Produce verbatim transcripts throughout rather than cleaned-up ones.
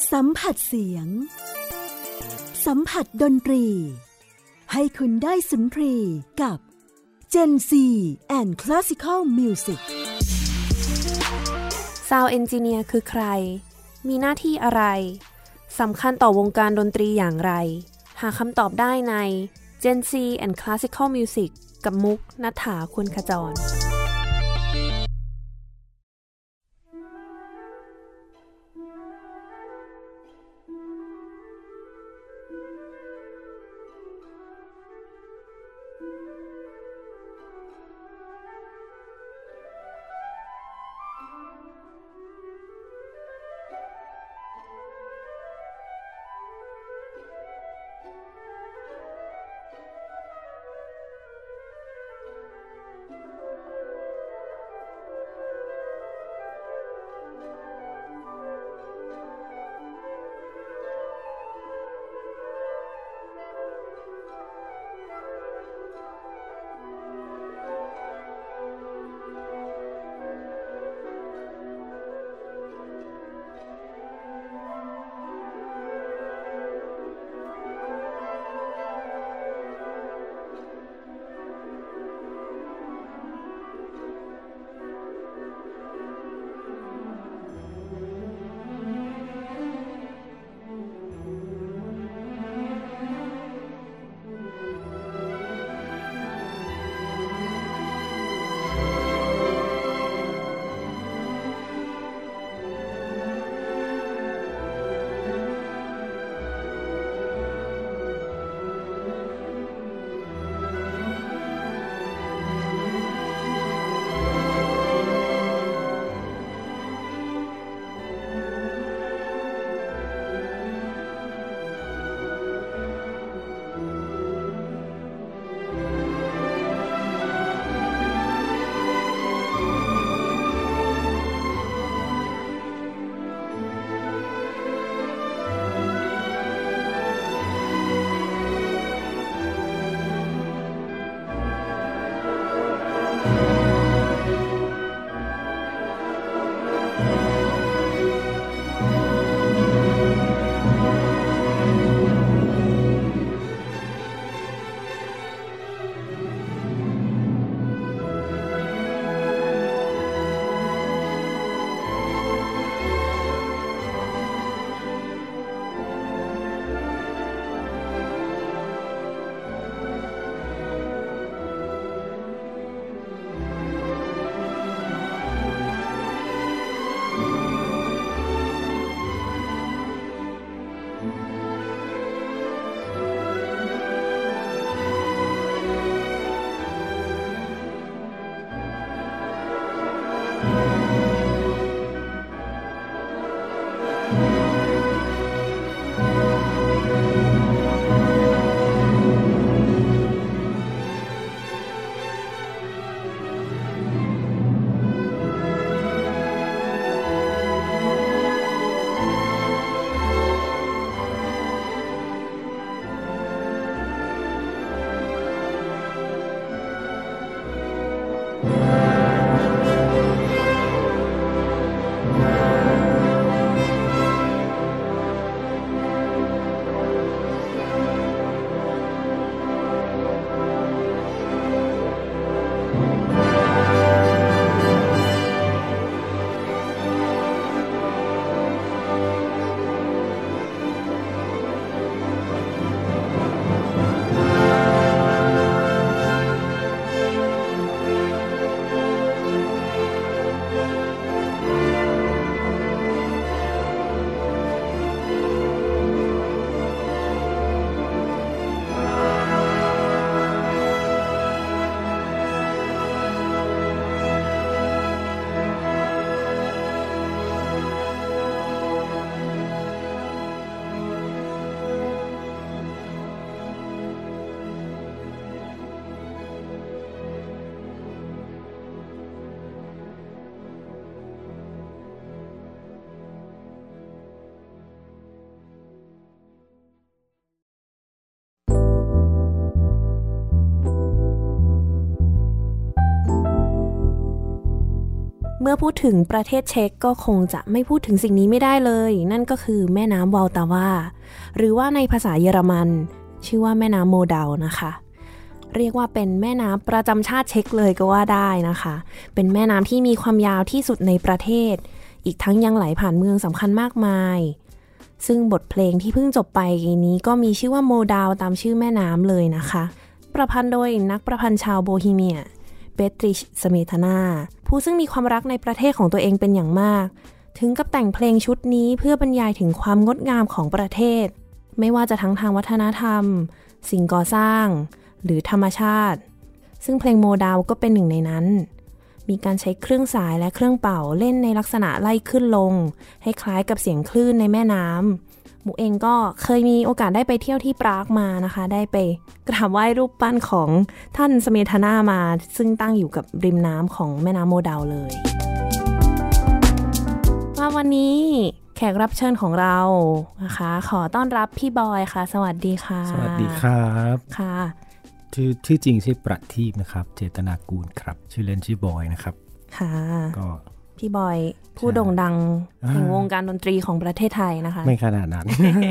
สัมผัสเสียงสัมผัสดนตรีให้คุณได้สุนทรีกับ Gen ซี and Classical Music Sound Engineer คือใครมีหน้าที่อะไรสำคัญต่อวงการดนตรีอย่างไรหาคำตอบได้ใน Gen ซี and Classical Music กับมุกณัฐฐา ควรขจรเมื่อพูดถึงประเทศเช็กก็คงจะไม่พูดถึงสิ่งนี้ไม่ได้เลยนั่นก็คือแม่น้ำวอลตาวาหรือว่าในภาษาเยอรมันชื่อว่าแม่น้ำโมดาวนะคะเรียกว่าเป็นแม่น้ำประจำชาติเช็กเลยก็ว่าได้นะคะเป็นแม่น้ำที่มีความยาวที่สุดในประเทศอีกทั้งยังไหลผ่านเมืองสำคัญมากมายซึ่งบทเพลงที่เพิ่งจบไปนี้ก็มีชื่อว่าโมดาวตามชื่อแม่น้ำเลยนะคะประพันธ์โดยนักประพันธ์ชาวโบฮีเมียเปตริช สเมธานาผู้ซึ่งมีความรักในประเทศของตัวเองเป็นอย่างมากถึงกับแต่งเพลงชุดนี้เพื่อบรรยายถึงความงดงามของประเทศไม่ว่าจะทั้งทางวัฒนธรรมสิ่งก่อสร้างหรือธรรมชาติซึ่งเพลงโมดาวก็เป็นหนึ่งในนั้นมีการใช้เครื่องสายและเครื่องเป่าเล่นในลักษณะไล่ขึ้นลงให้คล้ายกับเสียงคลื่นในแม่น้ำมุกเองก็เคยมีโอกาสได้ไปเที่ยวที่ปรากมานะคะได้ไปกราบไหว้รูปปั้นของท่านสเมธานามาซึ่งตั้งอยู่กับริมน้ำของแม่น้ำโมดาวเลยว่าวันนี้แขกรับเชิญของเรานะคะขอต้อนรับพี่บอยค่ะสวัสดีค่ะสวัสดีครับค่ะชื่อชื่อจริงชื่อประทีปนะครับเจตนากูลครับชื่อเล่นชื่อบอยนะครับค่ะก็พี่บอยผู้โด่งดังแห่งวงการดนตรีของประเทศไทยนะคะไม่ขนาดนั้น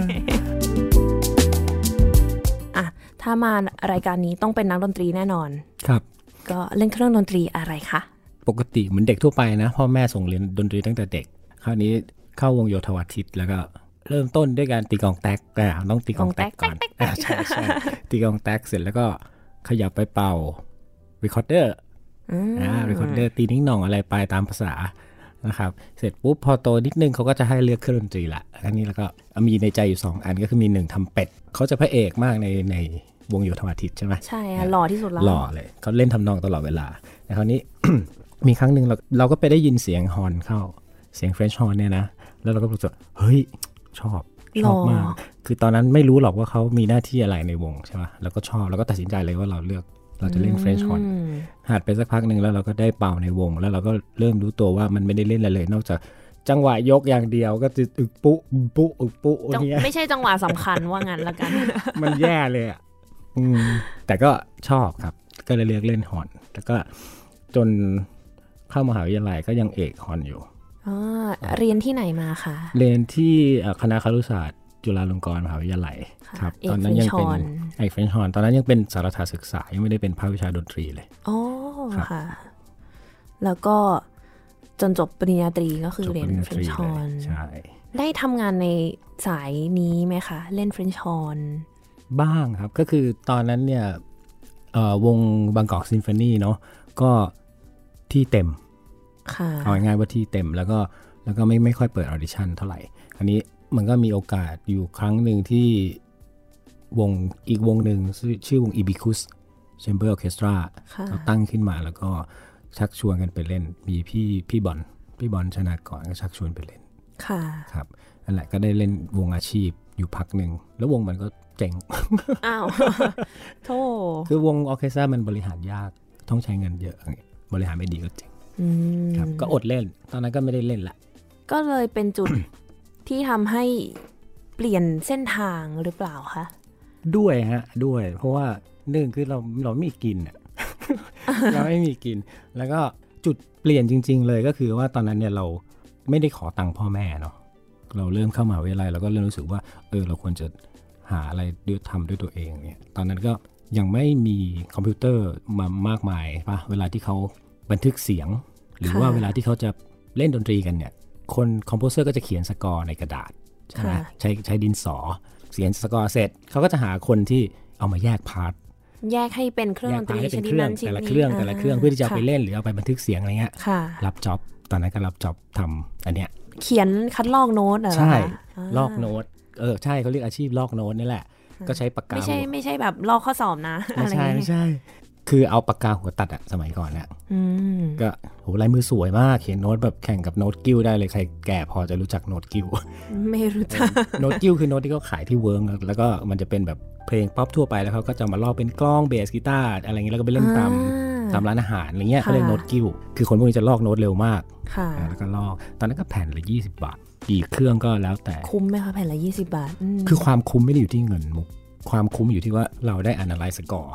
อ่ะถ้ามารายการนี้ต้องเป็นนักดนตรีแน่นอนครับก็เล่นเครื่องดนตรีอะไรคะปกติเหมือนเด็กทั่วไปนะพ่อแม่ส่งเรียนดนตรีตั้งแต่เด็กคราวนี้เข้าวงโยธวาทิตแล้วก็เริ่มต้นด้วยการตีกลองแตกแต่ต้องตีกลองแตกก่อนใช่ใช่ตีกลองแตกเสร็จแล้วก็ขยับไปเป่า recorder อ่า recorder ตีนิ้งหน่องอะไรไปตามภาษานะครับเสร็จปุ๊บพอโตนิดนึงเขาก็จะให้เลือกเครื่องดนตรีละอันนี้แล้วก็มีในใจอยู่สองอันก็คือมีหนึ่งทำเป็ดเขาจะพระเอกมากในในวงโยธวาทิตใช่ไหมใช่หล่อที่สุดแล้วหล่อเลยเขาเล่นทำนองตลอดเวลาแต่คราวนี้ มีครั้งหนึ่งเราเราก็ไปได้ยินเสียงฮอร์นเข้าเสียง French horn เนี่ยนะแล้วเราก็รู้สึกเฮ้ยชอบชอบมากคือตอนนั้นไม่รู้หรอกว่าเขามีหน้าที่อะไรในวงใช่ไหมแล้วก็ชอบแล้วก็ตัดสินใจเลยว่าเราเลือกเราจะเล่น French horn หัดไปสักพักนึงแล้วเราก็ได้เป่าในวงแล้วเราก็เริ่มรู้ตัวว่ามันไม่ได้เล่นอะไรเลยนอกจากจังหวะยกอย่างเดียวก็จะอึกปุ๊ปุ๊อึกปุ๊เนี่ยไม่ใช่จังหวะสำคัญว่างั้นละกันมันแย่เลยอ่ะแต่ก็ชอบครับก็เลยเลือกเล่นฮอร์นแล้วก็จนเข้ามหาวิทยาลัยก็ยังเอกฮอร์นอยู่อ๋อเรียนที่ไหนมาคะเรียนที่คณะครุศาสตร์จุฬาลงกรณ์มหาวิทยาลัยครับตอนนั้นยังเป็นเอกเฟรนช์ฮอร์นตอนนั้นยังเป็นสารศาสตร์ศึกษายังไม่ได้เป็นภาควิชาดนตรีเลยอ๋อค่ะแล้วก็จนจบปริญญาตรีก็คือเรียนเฟรนช์ฮอร์นใช่ได้ทำงานในสายนี้ไหมคะเล่นเฟรนช์ฮอร์นบ้างครับก็คือตอนนั้นเนี่ยวงบางกอกซิมโฟนีเนาะก็ที่เต็มเอาง่ายๆว่าที่เต็มแล้วก็แล้วก็ไม่ไม่ค่อยเปิดออดิชั่นเท่าไหร่คราวนี้มันก็มีโอกาสอยู่ครั้งหนึ่งที่วงอีกวงหนึ่งชื่อวง Ibicus Chamber Orchestra เขาตั้งขึ้นมาแล้วก็ชักชวนกันไปเล่นมีพี่พี่บอลพี่บอลชนะก่อนก็ชักชวนไปเล่นค่ะครับนั่นแหละก็ได้เล่นวงอาชีพอยู่พักหนึ่งแล้ววงมันก็เจ๋งอ้าวโธ่คือวงออร์เคสตรามันบริหารยากต้องใช้เงินเยอะบริหารไม่ดีก็เจ๋งครับก็อดเล่นตอนนั้นก็ไม่ได้เล่นละก็เลยเป็นจุด ที่ทำให้เปลี่ยนเส้นทางหรือเปล่าคะด้วยฮะด้วยเพราะว่าหนึ่งคือเราเราไม่มีกิน เราไม่มีกินแล้วก็จุดเปลี่ยนจริงๆเลยก็คือว่าตอนนั้นเนี่ยเราไม่ได้ขอตังค์พ่อแม่เนาะเราเริ่มเข้ามหาวิทยาลัยเราก็เริ่มรู้สึกว่าเออเราควรจะหาอะไรด้วยทำด้วยตัวเองเนี่ยตอนนั้นก็ยังไม่มีคอมพิวเตอร์มามากมายป่ะเวลาที่เขาบันทึกเสียงหรือว่าเวลาที่เขาจะเล่นดนตรีกันเนี่ยคนคอมโพเซอร์ก็จะเขียนสกอร์ในกระดาษใช่ไหมใช้ใช้ดินสอเขียนสกอร์เสร็จเขาก็จะหาคนที่เอามาแยกพาร์ทแยกให้เป็นเครื่องดนตรีชนิดนั้นชนิดนี้แต่ละเครื่องแต่ละเครื่องเพื่อที่จะไปเล่นหรือเอาไปบันทึกเสียงอะไรเงี้ยรับจ็อบตอนนั้นก็รับจ็อบทำอันเนี้ยเขียนคัดลอกโน้ตเหรอใช่ลอกโน้ตเออใช่เขาเรียกอาชีพลอกโน้ตนี่แหละก็ใช้ปากกาไม่ใช่ไม่ใช่แบบลอกข้อสอบนะไม่ใช่ไม่ใช่คือเอาปากกาหัวตัดอะสมัยก่อนเนี่ยก็โหลายมือสวยมากเขียนโน้ตแบบแข่งกับโน้ตกิ้วได้เลยใครแก่พอจะรู้จักโน้ตกิ้วไม่รู้จักโน้ตกิ้วคือโน้ตที่เขาขายที่เวิร์กแล้วก็มันจะเป็นแบบเพลงป๊อปทั่วไปแล้วเขาก็จะมาลอกเป็นกล้องเบสกีตาร์อะไรเงี้ยแล้วก็ไปเล่นตามตามร้านอาหารอะไรเงี้ยเขาเรียกโน้ตกิ้วคือคนพวกนี้จะลอกโน้ตเร็วมากแล้วก็ลอกตอนนั้นก็แผ่นละยี่สิบบาทกี่เครื่องก็แล้วแต่คุ้มไหมคะแผ่นละยี่สิบบาทคือความคุ้มไม่ได้อยู่ที่เงินมุกความคุ้มอยู่ที่ว่าเราได้ analyze score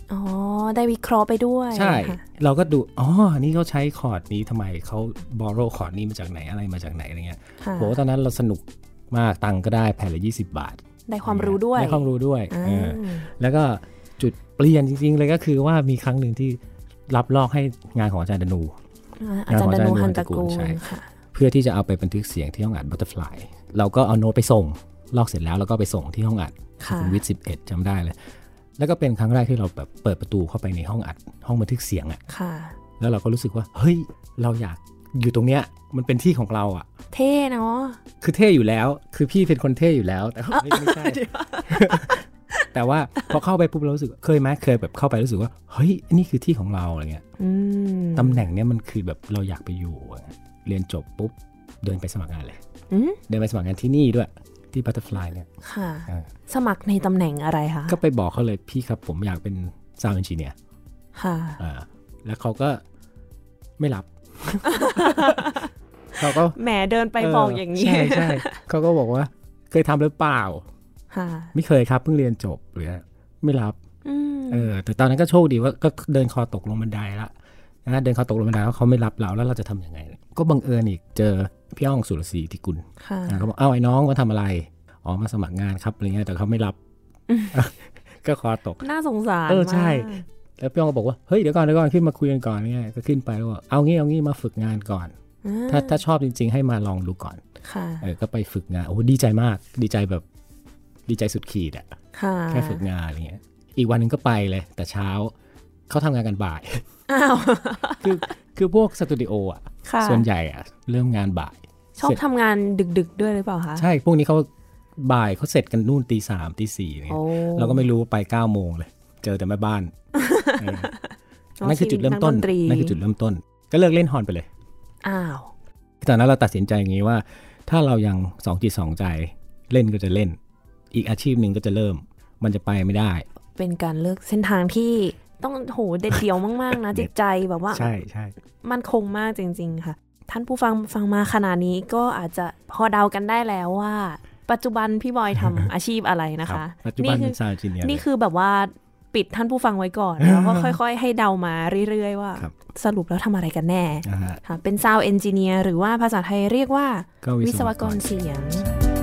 อ๋อได้วิเคราะห์ไปด้วยใช่เราก็ดูอ๋อนี่เขาใช้คอร์ดนี้ทำไมเขาบอโรคอร์ดนี้มาจากไหนอะไรมาจากไหนอะไรเงี้ยโหตอนนั้นเราสนุกมากตังก็ได้แผ่นละยี่สิบบาทได้ความรู้ด้วยได้ความรู้ด้วยเออแล้วก็จุดเปลี่ยนจริงๆเลยก็คือว่ามีครั้งหนึ่งที่รับลอกให้งานของอาจารย์ดนูอาจารย์ดนูฮันตะกูลเพื่อที่จะเอาไปบันทึกเสียงที่ห้องอัด Butterfly เราก็เอาโน้ตไปส่งลอกเสร็จแล้วแล้วก็ไปส่งที่ห้องอัดสุขุมวิทสิบเอ็ดจำได้เลยแล้วก็เป็นครั้งแรกที่เราแบบเปิดประตูเข้าไปในห้องอัดห้องบันทึกเสียงอ่ะแล้วเราก็รู้สึกว่าเฮ้ยเราอยากอยู่ตรงเนี้ยมันเป็นที่ของเราอ่ะเท่เนาะคือเท่อยู่แล้วคือพี่เป็นคนเท่อยู่แล้วแต่ไม่ไม่ใช่ แต่ว่าพอเข้าไปปุ๊บเรารู้สึกเคยไหมเคยแบบเข้าไปรู้สึกว่าเฮ้ยนี่คือที่ของเราอะไรเงี้ยตำแหน่งเนี้ยมันคือแบบเราอยากไปอยู่เรียนจบปุ๊บเดินไปสมัครงานเลยเดินไปสมัครงานที่นี่ด้วยที่ Butterfly เนี่ยค่ะสมัครในตำแหน่งอะไรคะก็ไปบอกเขาเลยพี่ครับผมอยากเป็น Sound Engineer ค่ะอ่าแล้วเขาก็ไม่รับ เขาก็แหมเดินไปบอกอย่างนี้ใช่ใช่เขาก็บอกว่าเคยทำหรือเปล่าไม่เคยครับเพิ่งเรียนจบหรือไม่รับเออแต่ตอนนั้นก็โชคดีว่าก็เดินคอตกลงบันไดละนะเดินคอตกลงบันไดแล้วเขาไม่รับเราแล้วเราจะทำยังไงก็บังเอิญอีกเจอพี่อ้องสุรศรีธิกุลเขาบอกเอ้าไอ้น้องมาทำอะไรอ๋อมาสมัครงานครับอะไรเงี้ยแต่เขาไม่รับก็คอตกน่าสงสารเออใช่แล้วพี่อ้องก็บอกว่าเฮ้ยเดี๋ยวก่อนเดี๋ยวก่อนขึ้นมาคุยกันก่อนเนี่ยก็ขึ้นไปแล้วว่าเอางี้เอางี้มาฝึกงานก่อนถ้าถ้าชอบจริงๆให้มาลองดูก่อนเออก็ไปฝึกงานโอ้ดีใจมากดีใจแบบดีใจสุดขีดอ่ะแค่ฝึกงานอะไรเงี้ยอีกวันนึงก็ไปเลยแต่เช้าเขาทำงานกันบ่ายอ้าวคือคือพวกสตูดิโออ่ะส่วนใหญ่อ่ะเริ่มงานบ่ายชอบทำงานดึกๆด้วยหรือเปล่าคะใช่พวกนี้เขาบ่ายเขาเสร็จกันนู่นตีสามตีสี่เนี่ยเราก็ไม่รู้ไปเก้าโมงเลยเจอแต่แม่บ้านนั่นคือจุดเริ่มต้นนั่นคือจุดเริ่มต้นก็เลิกเล่นฮอร์นไปเลยอ้าวตอนนั้นเราตัดสินใจอย่างนี้ว่าถ้าเรายังสองจิตสองใจเล่นก็จะเล่นอีกอาชีพหนึ่งก็จะเริ่มมันจะไปไม่ได้เป็นการเลือกเส้นทางที่ต้องโหเด็ดเดี่ยวมากๆนะจิตใจแบบว่าใช่ใช่มันคงมากจริงๆค่ะท่านผู้ฟังฟังมาขนาดนี้ก็อาจจะพอเดากันได้แล้วว่าปัจจุบันพี่บอยทำอาชีพอะไรนะคะปัจจุบันเป็นซาวด์เอนจิเนียร์นี่คือแบบว่าปิดท่านผู้ฟังไว้ก่อนแล้วก็ค่อยๆให้เดามาเรื่อยๆว่าสรุปแล้วทำอะไรกันแน่ค่ะเป็นซาวด์เอนจิเนียร์หรือว่าภาษาไทยเรียกว่าวิศวกรเสียง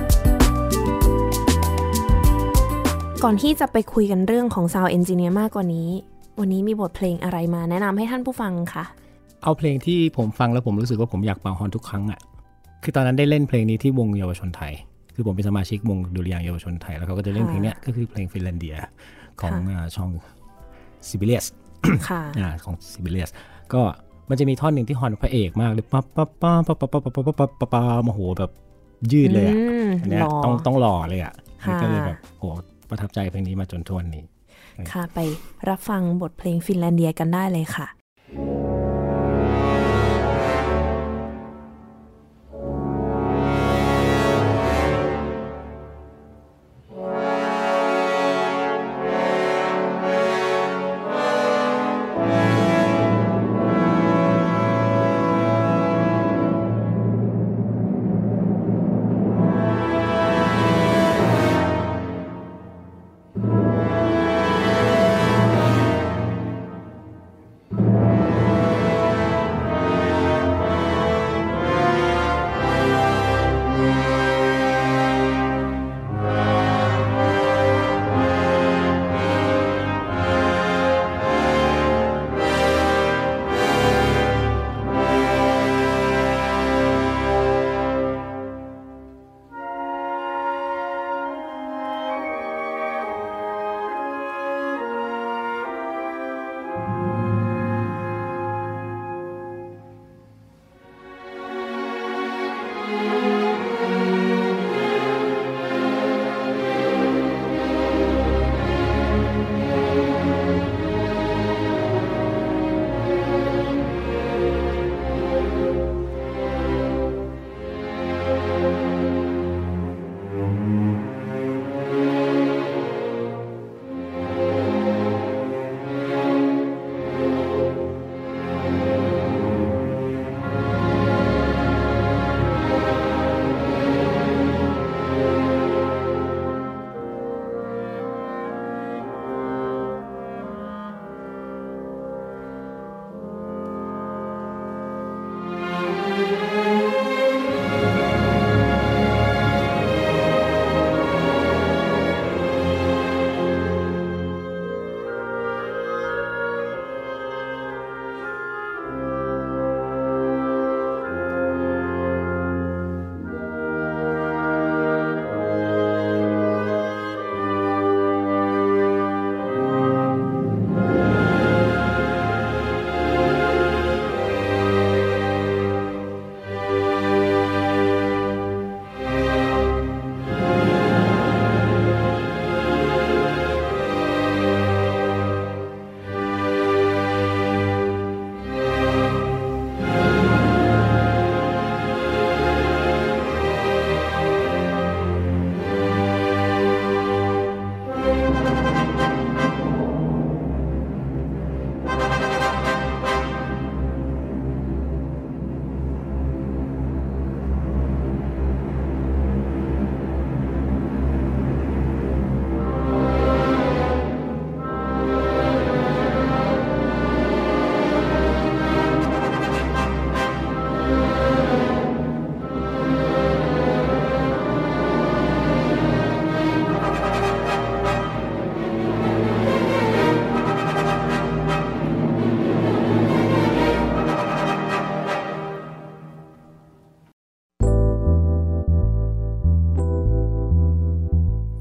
ก่อนที่จะไปคุยกันเรื่องของ Sound Engineer มากกว่านี้วันนี้มีบทเพลงอะไรมาแนะนำให้ท่านผู้ฟังคะเอาเพลงที่ผมฟังแล้วผมรู้สึกว่าผมอยากเป่าฮอร์นทุกครั้งอ่ะคือตอนนั้นได้เล่นเพลงนี้ที่วงเยาวชนไทยคือผมเป็นสมาชิกวงดุริยางค์เยาวชนไทยแล้วเขาก็จะเล่นเพลงนี้ก็คือเพลงฟินแลนเดียของช่องซิบิเลียสของซิบิเลียสก็มันจะมีท่อนหนึ่งที่ฮอร์นพระเอกมากเลยปั๊บปั๊บปั๊บปั๊บปั๊บปั๊บปั๊บปั๊บปั๊บปั๊บปั๊บโอ้โหแบบยืดเลยอ่ะอันนี้ต้องต้องหล่อเลยอ่ะก็เลยแบบโหประทับใจเพลงนี้มาจนทุกวันนี้ค่ะไปรับฟังบทเพลงฟินแลนเดียกันได้เลยค่ะ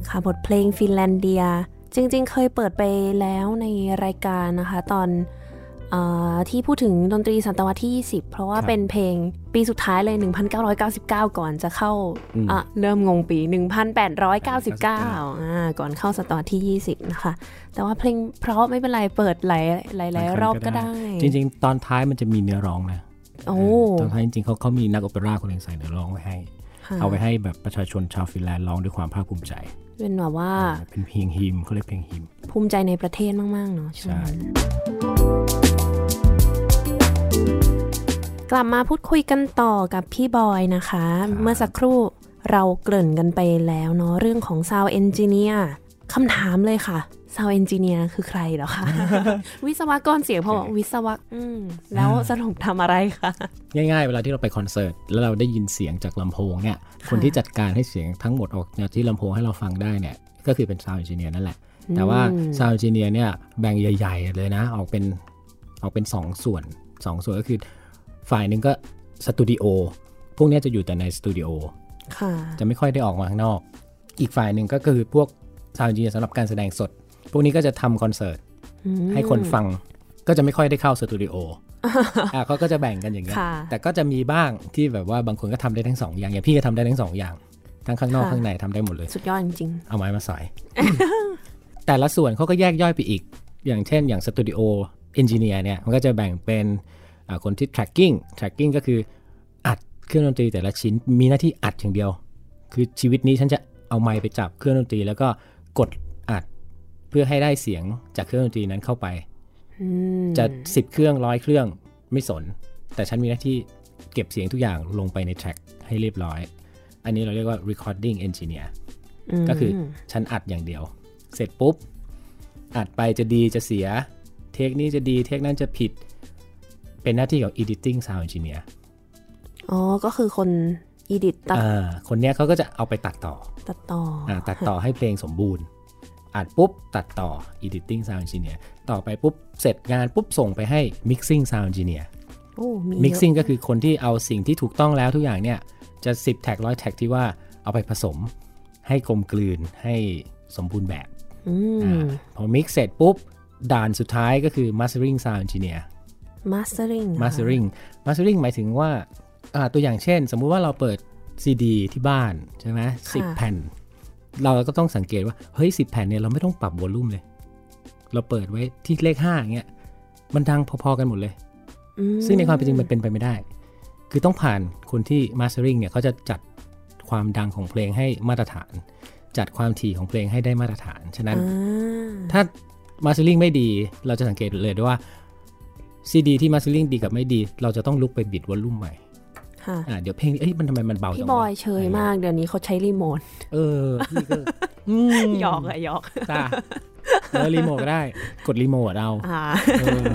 ค่ะบทเพลงฟินแลนเดียจริงๆเคยเปิดไปแล้วในรายการนะคะตอนเอ่อที่พูดถึงดนตรีศตวรรษที่ยี่สิบเพราะว่าเป็นเพลงปีสุดท้ายเลยหนึ่งพันเก้าร้อยเก้าสิบเก้าก่อนจะเข้าอ่ะเริ่มงงปีหนึ่งพันแปดร้อยเก้าสิบเก้าอ่าก่อนเข้าศตวรรษที่ยี่สิบนะคะแต่ว่าเพลงเพราะไม่เป็นไรเปิดหลายหลายๆรอบก็ได้จริงๆตอนท้ายมันจะมีเนื้อร้องนะโอ้ตอนท้ายจริงๆเขาเขามีนักโอเปร่าคนหนึ่งใส่เนื้อร้องไว้ให้เอาไว้ให้แบบประชาชนชาวฟินแลนด์ร้องด้วยความภาคภูมิใจเป็นแบบว่าเป็นเพลงฮิมเขาเรียกเพลงฮิมภูมิใจในประเทศมากๆเนาะใช่กลับมาพูดคุยกันต่อกับพี่บอยนะคะเมื่อสักครู่เราเกริ่นกันไปแล้วเนาะเรื่องของ Sound Engineer คำถามเลยค่ะ Sound Engineer คือใครเหรอคะ วิศวกรเสียงพอวิศวะอืมแล้วสรุปทำอะไรคะง่ายๆเวลาที่เราไปคอนเสิร์ตแล้วเราได้ยินเสียงจากลำโพงเนี่ยคนที่จัดการให้เสียงทั้งหมดออกจากที่ลำโพงให้เราฟังได้เนี่ยก็คือเป็น Sound Engineer นั่นแหละแต่ว่า Sound Engineer เนี่ยแบ่งใหญ่ๆเลยนะออกเป็นออกเป็นสองส่วนสองส่วนก็คือฝ่ายหนึ่งก็สตูดิโอพวกนี้จะอยู่แต่ในสตูดิโอจะไม่ค่อยได้ออกมาข้างนอกอีกฝ่ายหนึ่งก็คือพวก Sound Engineer สำหรับการแสดงสดพวกนี้ก็จะทำคอนเสิร์ตให้คนฟังก็จะไม่ค่อยได้เข้าสตูดิโออ่ะเขาก็จะแบ่งกันอย่างเงี้ยแต่ก็จะมีบ้างที่แบบว่าบางคนก็ทำได้ทั้งสองอย่างอย่างพี่ก็ทำได้ทั้งสองอย่างทั้งข้างนอกข้างในทำได้หมดเลยสุดยอดจริงๆเอาไม้มาใส่ แต่ละส่วนเขาก็แยกย่อยไปอีกอย่างเช่นอย่างสตูดิโอเอนจิเนียร์เนี่ยมันก็จะแบ่งเป็นคนที่ tracking tracking ก็คืออัดเครื่องดนตรีแต่ละชิ้นมีหน้าที่อัดอย่างเดียวคือชีวิตนี้ฉันจะเอาไมค์ไปจับเครื่องดนตรีแล้วก็กดอัดเพื่อให้ได้เสียงจากเครื่องดนตรีนั้นเข้าไปจะสิบเครื่องร้อยเครื่องไม่สนแต่ฉันมีหน้าที่เก็บเสียงทุกอย่างลงไปในแทร็กให้เรียบร้อยอันนี้เราเรียกว่า recording engineer ก็คือฉันอัดอย่างเดียวเสร็จปุ๊บอัดไปจะดีจะเสียเทคนี้จะดีเทคนั้นจะผิดเป็นหน้าที่ของ editing sound engineer อ๋อก็คือคน edit ตัดอ่าคนเนี้ยเขาก็จะเอาไปตัดต่อตัดต่ออ่าตัดต่อให้เพลงสมบูรณ์อัดปุ๊บตัดต่อ editing sound engineer ต่อไปปุ๊บเสร็จงานปุ๊บส่งไปให้ mixing sound engineer โอ้มี mixing ก็คือคนที่เอาสิ่งที่ถูกต้องแล้วทุกอย่างเนี่ยจะสิบแท็กร้อยแท็กที่ว่าเอาไปผสมให้กลมกลืนให้สมบูรณ์แบบอ่าพอ mix เสร็จปุ๊บด่านสุดท้ายก็คือ mastering sound engineer mastering mastering mastering หมายถึงว่าอ่าตัวอย่างเช่นสมมุติว่าเราเปิดซีดีที่บ้านใช่ไหมสิบแผ่นเราก็ต้องสังเกตว่าเฮ้ยสิบแผ่นเนี่ยเราไม่ต้องปรับวอลลุ่มเลยเราเปิดไว้ที่เลขห้าอย่างเงี้ยมันดังพอๆกันหมดเลยซึ่งในความเป็นจริงมันเป็นไปไม่ได้คือต้องผ่านคนที่ mastering เนี่ยเขาจะจัดความดังของเพลงให้มาตรฐานจัดความถี่ของเพลงให้ได้มาตรฐานฉะนั้นถ้า mastering ไม่ดีเราจะสังเกตเลยด้วยว่าซีดีที่ mastering ดีกับไม่ดีเราจะต้องลุกไปบิดวอลลุ่มใหม่อ่าเดี๋ยวเพลงนี้เอ้ยมันทำไมมันเบาจังวะพี่บอยเชยมากเดี๋ยวนี้เขาใช้รีโมทเออพี่ก็หยอกอะหยอกจ้าเออรีโมทก็ได้กดรีโมทเอาเออ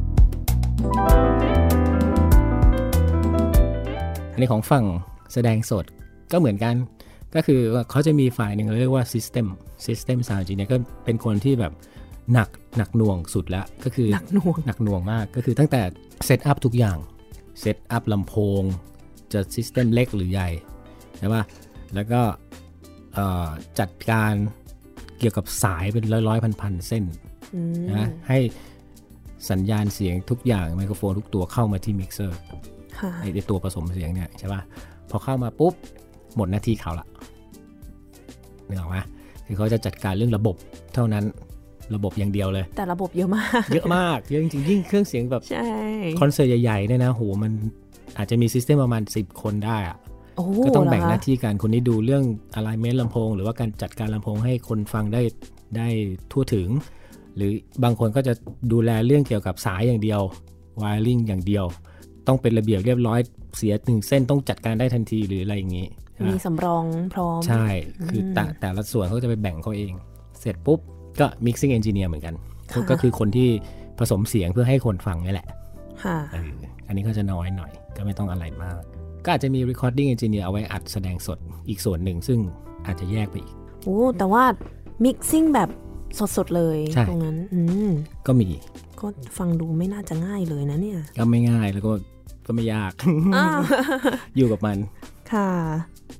อันนี้ของฝั่งแสดงสดก็เหมือนกันก็คือเขาจะมีฝ่ายหนึ่งเรียกว่า system system sound engineer ก็เป็นคนที่แบบหนักหนักหน่วงสุดแล้วก็คือหนักหน่วงหนักหน่วงมากก็คือตั้งแต่เซตอัพทุกอย่างเซตอัพลำโพงจะซิสเต็มเล็กหรือใหญ่ใช่ป่ะแล้วก็จัดการเกี่ยวกับสายเป็นร้อยๆพันๆเส้นนะให้สัญญาณเสียงทุกอย่างไมโครโฟนทุกตัวเข้ามาที่มิกเซอร์ไอ้ตัวผสมเสียงเนี่ยใช่ป่ะพอเข้ามาปุ๊บหมดหน้าที่เขาละนึกออกไหมคือเขาจะจัดการเรื่องระบบเท่านั้นระบบอย่างเดียวเลยแต่ระบบเยอะมากเยอะมากเยอะจริงๆยิ่งเครื่องเสียงแบบคอนเสิร์ตใหญ่ๆเนี่ยนะโหมันอาจจะมีซิสเต็มประมาณสิบคนได้อะก็ต้องแบ่งหน้าที่กันคนนี้ดูเรื่อง alignment ลำโพงหรือว่าการจัดการลำโพงให้คนฟังได้ได้ทั่วถึงหรือบางคนก็จะดูแลเรื่องเกี่ยวกับสายอย่างเดียว wiring อย่างเดียวต้องเป็นระเบียบเรียบร้อยเสียหนึ่งเส้นต้องจัดการได้ทันทีหรืออะไรอย่างนี้มีสำรองพร้อมใช่คือแต่แต่ละส่วนเขาจะไปแบ่งเขาเองเสร็จปุ๊บก็ mixing engineer เหมือนกันก็คือคนที่ผสมเสียงเพื่อให้คนฟังนี่แหละอันนี้ก็จะน้อยหน่อยก็ไม่ต้องอะไรมากก็อาจจะมี recording engineer เอาไว้อัดแสดงสดอีกส่วนหนึ่งซึ่งอาจจะแยกไปอีกโอ้แต่ว่า mixing แบบสดๆเลยตรงนั้นอืมก็มีก็ฟังดูไม่น่าจะง่ายเลยนะเนี่ยก็ไม่ง่ายแล้วก็ก็ไม่ยาก อยู่กับมันค่ะ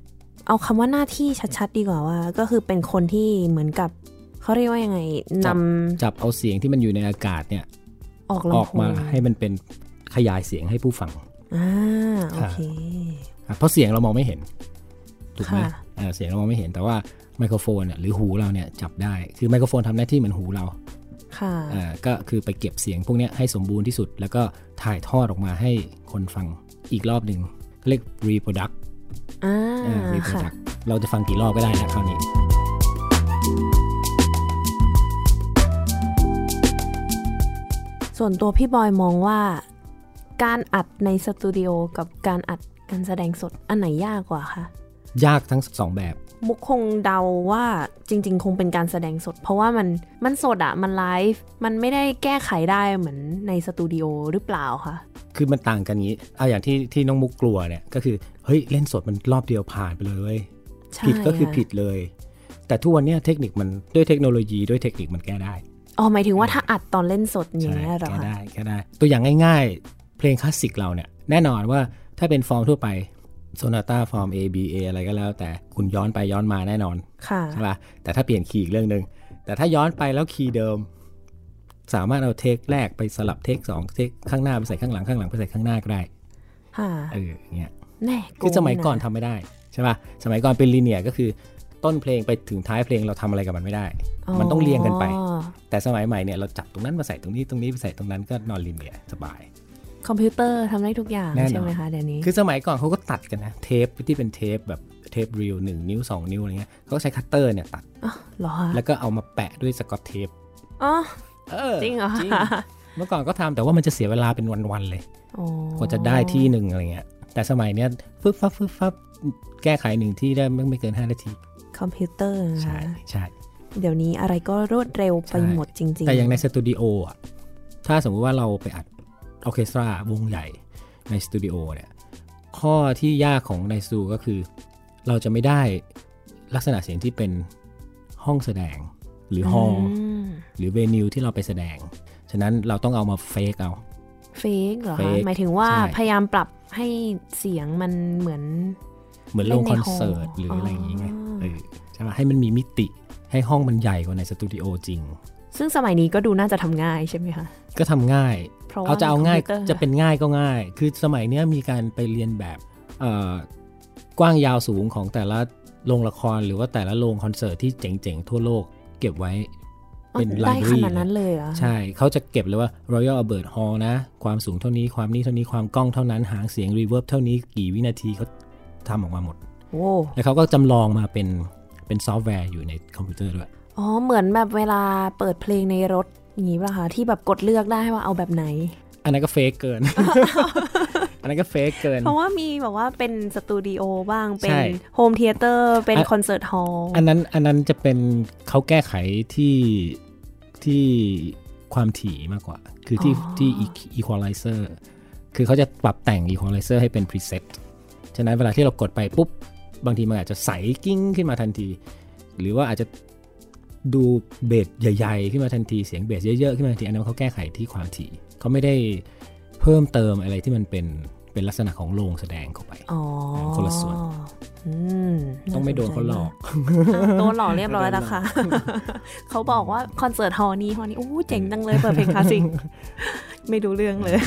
เอาคำว่าหน้าที่ชัดๆดีกว่าว่าก็คือเป็นคนที่เหมือนกับเขาเรียกว่ายังไงนำจับเอาเสียงที่มันอยู่ในอากาศเนี่ยออกออกมาให้มันเป็นขยายเสียงให้ผู้ฟังอ่าโอเคเพราะเสียงเรามองไม่เห็นถูกไหมเสียงเรามองไม่เห็นแต่ว่าไมโครโฟนเนี่ยหรือหูเราเนี่ยจับได้คือไมโครโฟนทำหน้าที่เหมือนหูเราค่ะอ่าก็คือไปเก็บเสียงพวกนี้ให้สมบูรณ์ที่สุดแล้วก็ถ่ายทอดออกมาให้คนฟังอีกรอบหนึ่งเรียก reproduct อ่า reproduct เราจะฟังกี่รอบก็ได้นะคราวนี้ส่วนตัวพี่บอยมองว่าการอัดในสตูดิโอกับการอัดการแสดงสดอันไหนยากกว่าคะยากทั้งสองแบบมุกคงเดาว่าจริงๆคงเป็นการแสดงสดเพราะว่ามันมันสดอะมันไลฟ์มันไม่ได้แก้ไขได้เหมือนในสตูดิโอหรือเปล่าคะคือมันต่างกันงี้เอาอย่างที่ที่น้องมุกกลัวเนี่ยก็คือเฮ้ยเล่นสดมันรอบเดียวผ่านไปเลยผิดก็คือผิดเลยแต่ทุกวันนี้เทคนิคมันด้วยเทคโนโลยีด้วยเทคนิคมันแก้ได้อ๋อหมายถึงว่าถ้าอัดตอนเล่นสดอย่างเงี้ยหรอแก้ได้แก้ได้ตัวอย่างง่ายๆเพลงคลาสสิกเราเนี่ยแน่นอนว่าถ้าเป็นฟอร์มทั่วไปโซนาต้าฟอร์ม A B A อะไรก็แล้วแต่คุณย้อนไปย้อนมาแน่นอนใช่ป่ะแต่ถ้าเปลี่ยนคีย์อีกเรื่องนึงแต่ถ้าย้อนไปแล้วคีย์เดิมสามารถเอาเทคแรกไปสลับเทคสองเทคข้างหน้าไปใส่ข้างหลังข้างหลังไปใส่ข้างหน้าก็ได้เอออย่างเงี้ยคือสมัยก่อนทำไม่ได้ใช่ป่ะสมัยก่อนเป็นลีเนียร์ก็คือต้นเพลงไปถึงท้ายเพลงเราทำอะไรกับมันไม่ได้มันต้องเรียงกันไปแต่สมัยใหม่เนี่ยเราจับตรงนั้นมาใส่ตรงนี้ตรงนี้ไปใส่ตรงนั้นก็นอนลีเนียร์สบายคอมพิวเตอร์ทำได้ทุกอย่างใช่ไหมคะเดี๋ยวนี้คือสมัยก่อนเขาก็ตัดกันนะเทปที่เป็นเทปแบบเทปรีลหนึ่งนิ้วสองนิ้วอะไรเงี้ยเขาใช้คัตเตอร์เนี่ยตัดอ๋อเหรอแล้วก็เอามาแปะด้วยสกอตเทปอ๋อเออจริงเหรอจริงเมื่อก่อนก็ทำแต่ว่ามันจะเสียเวลาเป็นวันๆเลยกว่าจะได้ที่หนึ่งอะไรเงี้ยแต่สมัยเนี้ยฟึบฟับฟึบฟับแก้ไขหนึ่งที่ได้ไม่เกินห้านาทีคอมพิวเตอร์ใช่ใช่เดี๋ยวนี้อะไรก็รวดเร็วไปหมดจริงๆแต่อย่างในสตูดิโออ่ะถ้าสมมติว่าเราไปอัดออร์เคสตราวงใหญ่ในสตูดิโอเนี่ยข้อที่ยากของในสตูก็คือเราจะไม่ได้ลักษณะเสียงที่เป็นห้องแสดงหรือฮอลล์หรือเวนิวที่เราไปแสดงฉะนั้นเราต้องเอามาเฟกเอาเฟกเหรอคะหมายถึงว่าพยายามปรับให้เสียงมันเหมือนเหมือนโรงคอนเสิร์ตหรืออะไรอย่างเงี้ยเออใช่ไหมให้มันมีมิติให้ห้องมันใหญ่กว่าในสตูดิโอจริงซึ่งสมัยนี้ก็ดูน่าจะทำง่ายใช่ไหมคะก็ทำง่ายเอาจะเอาง่ายจะเป็นง่ายก็ง่ายคือสมัยนี้มีการไปเรียนแบบกว้างยาวสูงของแต่ละโรงละครหรือว่าแต่ละโรงคอนเสิร์ตที่เจ๋งๆทั่วโลกเก็บไว้เป็นไลบรารีขนาดนั้นเลยเหรอใช่เขาจะเก็บเลยว่า Royal Albert Hall นะความสูงเท่านี้ความนี้เท่านี้ความกล้องเท่านั้นหางเสียงรีเวิร์บเท่านี้กี่วินาทีเขาทำออกมาหมดแล้วเขาก็จำลองมาเป็นเป็นซอฟต์แวร์อยู่ในคอมพิวเตอร์ด้วยอ๋อเหมือนแบบเวลาเปิดเพลงในรถอย่างนี้ป่ะคะที่แบบกดเลือกได้ว่าเอาแบบไหนอันนั้นก็เฟกเกิน อันนั้นก็เฟกเกินเพราะว่ามีแบบว่าเป็นสตูดิโอบ้างเป็นโฮมเธียเตอร์เป็นคอนเสิร์ตฮอลล์อันนั้นอันนั้นจะเป็นเขาแก้ไขที่ที่ความถี่มากกว่าคือที่ที่อีควอไลเซอร์คือเขาจะปรับแต่งอีควอไลเซอร์ให้เป็นพรีเซตฉะนั้นเวลาที่เรากดไปปุ๊บบางทีมันอาจจะใสกิ้งขึ้นมาทันทีหรือว่าอาจจะดูเบสใหญ่ๆขึ้นมาทันทีเสียงเบสเยอะๆขึ้นมาทันทีอันนั้นเขาแก้ไขที่ความถี่เขาไม่ได้เพิ่มเติมอะไรที่มันเป็นเป็นลักษณะของโรงแสดงเข้าไปคนละส่วนต้องไม่โดนเขาหลอกโดนหลอกเรียบร้อยแล้วค่ะเขาบอกว่าคอนเสิร์ตฮอลล์นี้ฮอลล์นี้โอ้เจ๋งจังเลยเปิดเพลงคลาสสิกไม่ดูเรื่องเลย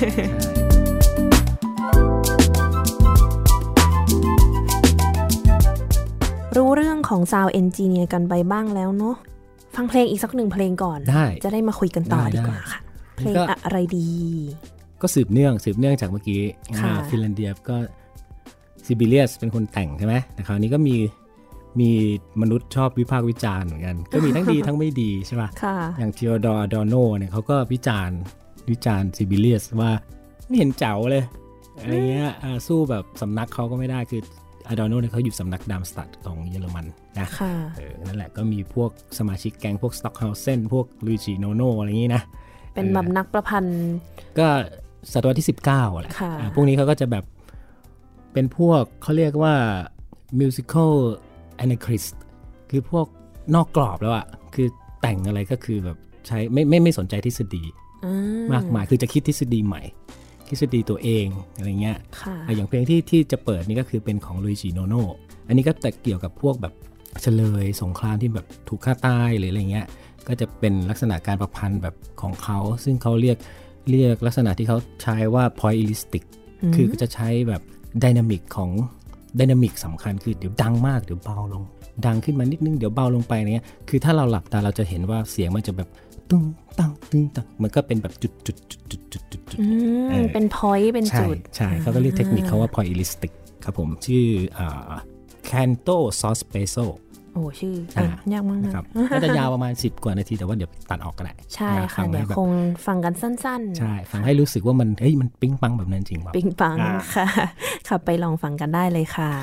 รู้เรื่องของ Sound Engineer กันไปบ้างแล้วเนาะฟังเพลงอีกสักหนึ่งเพลงก่อนจะได้มาคุยกันต่อดีกว่าค่ะเพลงอะไรดีก็สืบเนื่องสืบเนื่องจากเมื่อกี้ฟินแลนเดียก็ซิบิเลียสเป็นคนแต่งใช่ไหมแต่คราวนี้ก็มีมีมนุษย์ชอบวิพากษ์วิจารณ์เหมือนกันก็มีทั้งดีทั้งไม่ดีใช่ป่ะอย่างทีโอดอร์ อดอโนเนี่ยเขาก็วิจารณ์วิจารณ์ซิบิเลียสว่าไม่เห็นเจ๋าเลยอะไรเงี้ยสู้แบบสำนักเขาก็ไม่ได้คืออดอโนเนี่ยเขาอยู่สำนักดามสตัดของเยอรมันนะเออนั่นแหละก็มีพวกสมาชิกแก๊งพวกสต็อกเฮาเซนพวกลุยจิโนโนอะไรอย่างนี้นะเป็นแบบนักประพันธ์ก็ศตวรรษที่สิบเก้าแหละพวกนี้เขาก็จะแบบเป็นพวกเขาเรียกว่า musical anarchist คือพวกนอกกรอบแล้วอ่ะคือแต่งอะไรก็คือแบบใช้ไม่ไม่ไม่สนใจทฤษฎีมากมายคือจะคิดทฤษฎีใหม่แทฤษฎีตัวเองอะไรเงี้ยค่ะอย่างเพลงที่ที่จะเปิดนี่ก็คือเป็นของลุยจิโนโนอันนี้ก็แต่เกี่ยวกับพวกแบบเฉลยสงครามที่แบบถูกฆ่าตายหรืออะไรเงี้ยก็จะเป็นลักษณะการประพันธ์แบบของเขาซึ่งเขาเรียกเรียกลักษณะที่เขาใช้ว่า pointillistic คือจะใช้แบบไดนามิกของไดนามิกสำคัญคือเดี๋ยวดังมากเดี๋ยวเบาลงดังขึ้นมานิดนึงเดี๋ยวเบาลงไปเนี้ยคือถ้าเราหลับตาเราจะเห็นว่าเสียงมันจะแบบตึ้งตั้งตึ้งตั้งมันก็เป็นแบบจุดจุดจุดจุดจุดจุดจุดเป็น point เป็นจุดใช่เขาก็เรียกเทคนิคเขาว่า pointillistic ครับผมชื่ออ่า canto sospeso โอ้ชื่ออ่ะยากมากนะครับก็จะยาวประมาณสิบกว่านาทีแต่ว่าเดี๋ยวตัดออกก็ได้ใช่ค่ะเดี๋ยวคงฟังกันสั้นๆใช่ฟังให้รู้สึกว่ามันเฮ้ยมันปิ๊งปังแบบนั้นจริงป่ะปิ๊งปังค่ะค่ะไปลองฟังกันได้เลยค่ะ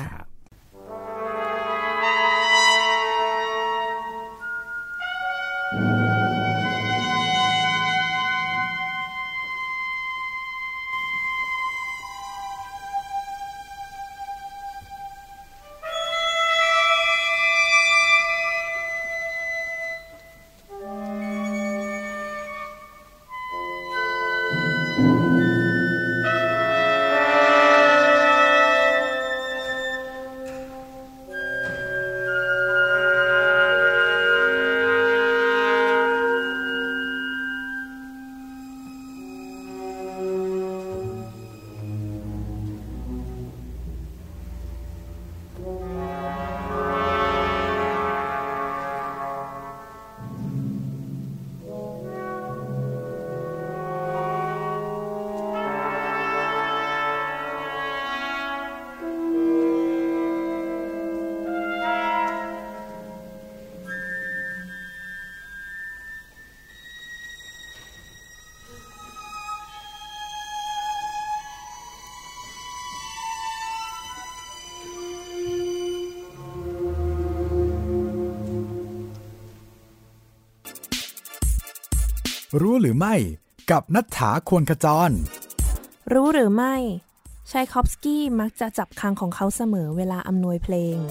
รู้หรือไม่กับณัฐฐา ควรขจรรู้หรือไม่ไชคอฟสกี้มักจะจับคางของเขาเสมอเวลาอำนวยเพลง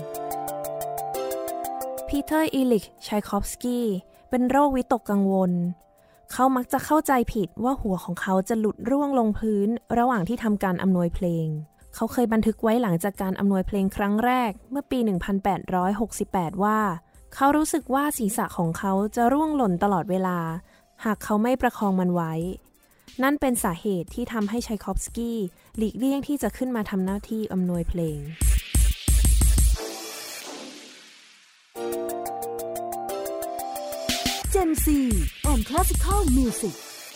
ปีเตอร์อีลิชไชคอฟสกี้เป็นโรควิตกกังวลเขามักจะเข้าใจผิดว่าหัวของเขาจะหลุดร่วงลงพื้นระหว่างที่ทำการอำนวยเพลงเขาเคยบันทึกไว้หลังจากการอำนวยเพลงครั้งแรกเมื่อปี หนึ่งพันแปดร้อยหกสิบแปด ว่าเขารู้สึกว่าศีรษะของเขาจะร่วงหล่นตลอดเวลาหากเขาไม่ประคองมันไว้นั่นเป็นสาเหตุที่ทำให้ไชคอฟสกี้หลีกเลี่ยงที่จะขึ้นมาทำหน้าที่อำนวยเพลง Gen ซี and Classical Music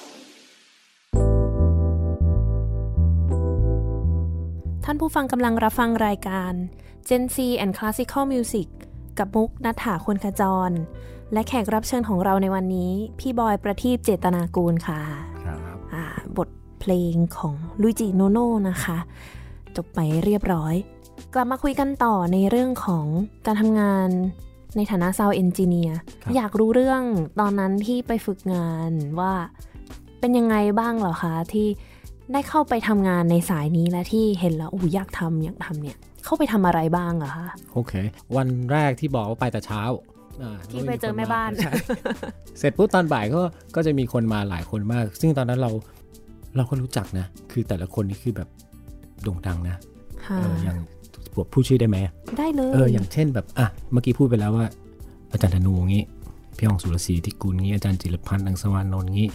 ท่านผู้ฟังกำลังรับฟังรายการ Gen ซี and Classical Music กับมุกณัฐฐา ควรขจรและแขกรับเชิญของเราในวันนี้พี่บอยประทีปเจตนากูลค่ะครับบทเพลงของลุยจิโนโน่นะคะจบไปเรียบร้อยกลับมาคุยกันต่อในเรื่องของการทำงานในฐานะซาวด์เอนจิเนียร์อยากรู้เรื่องตอนนั้นที่ไปฝึกงานว่าเป็นยังไงบ้างเหรอคะที่ได้เข้าไปทำงานในสายนี้และที่เห็นแล้วโอ้อยากทำอยากทำเนี่ยเข้าไปทำอะไรบ้างอะคะโอเควันแรกที่บอกว่าไปแต่เช้าที่ไปเจอแม่บ้านเสร็จปุ๊บตอนบ่ายก็ก็จะมีคนมาหลายคนมากซึ่งตอนนั้นเราเราก็รู้จักนะคือแต่ละคนนี่คือแบบโด่งดังนะเอออย่างพูดชื่อได้ไหมได้เลยเอออย่างเช่นแบบอ่ะเมื่อกี้พูดไปแล้วว่าอาจารย์ธนูงี้พี่องสุรศรีที่กุลงี้อาจารย์จิรพันธ์อังสวานนท์งี้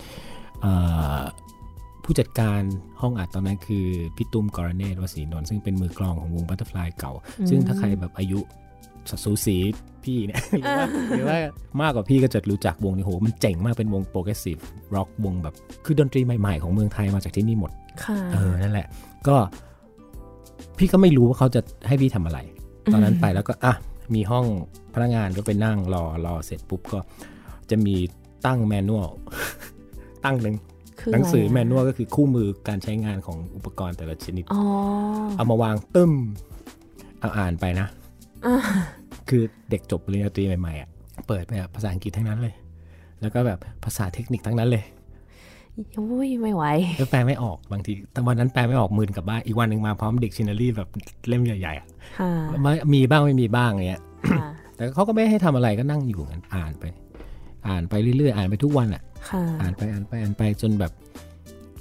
ผู้จัดการห้องอัดตอนนั้นคือพี่ตุ้มกรเนตวสีนนท์ซึ่งเป็นมือกลองของวงบัตเตอร์ฟลายเก่าซึ่งถ้าใครแบบอายุสูสีพี่เนี่ยหรือว่าหรือว่ามากกว่าพี่ก็จะรู้จักวงนี้โหมันเจ๋งมากเป็นวงโปรเกรสซีฟร็อกวงแบบคือดนตรีใหม่ๆของเมืองไทยมาจากที่นี่หมดเออนั่นแหละก็พี่ก็ไม่รู้ว่าเขาจะให้พี่ทำอะไรตอนนั้นไปแล้วก็อ่ะมีห้องพนักงานก็ไปนั่งรอรอเสร็จปุ๊บก็จะมีตั้งแมนนวลตั้งหนึ่งหนังสือแมนนวลก็คือคู่มือการใช้งานของอุปกรณ์แต่ละชนิดเอามาวางตึ้มเอาอ่านไปนะคือเด็กจบปริญญาตรีใหม่ๆอ่ะเปิดไปภาษาอังกฤษทั้งนั้นเลยแล้วก็แบบภาษาเทคนิคทั้งนั้นเลยอุ้ยไม่ไหวแล้วแปลไม่ออกบางทีแต่วันนั้นแปลไม่ออกมืนกลับบ้านอีกวันนึงมาพร้อมดิกชันนารีแบบเล่มใหญ่ๆอ่ะมีบ้างไม่มีบ้างเงี้ยแต่เขาก็ไม่ให้ทำอะไรก็นั่งอยู่กันอ่านไปอ่านไปเรื่อยๆอ่านไปทุกวันอ่ะอ่านไปอ่านไปอ่านไปจนแบบ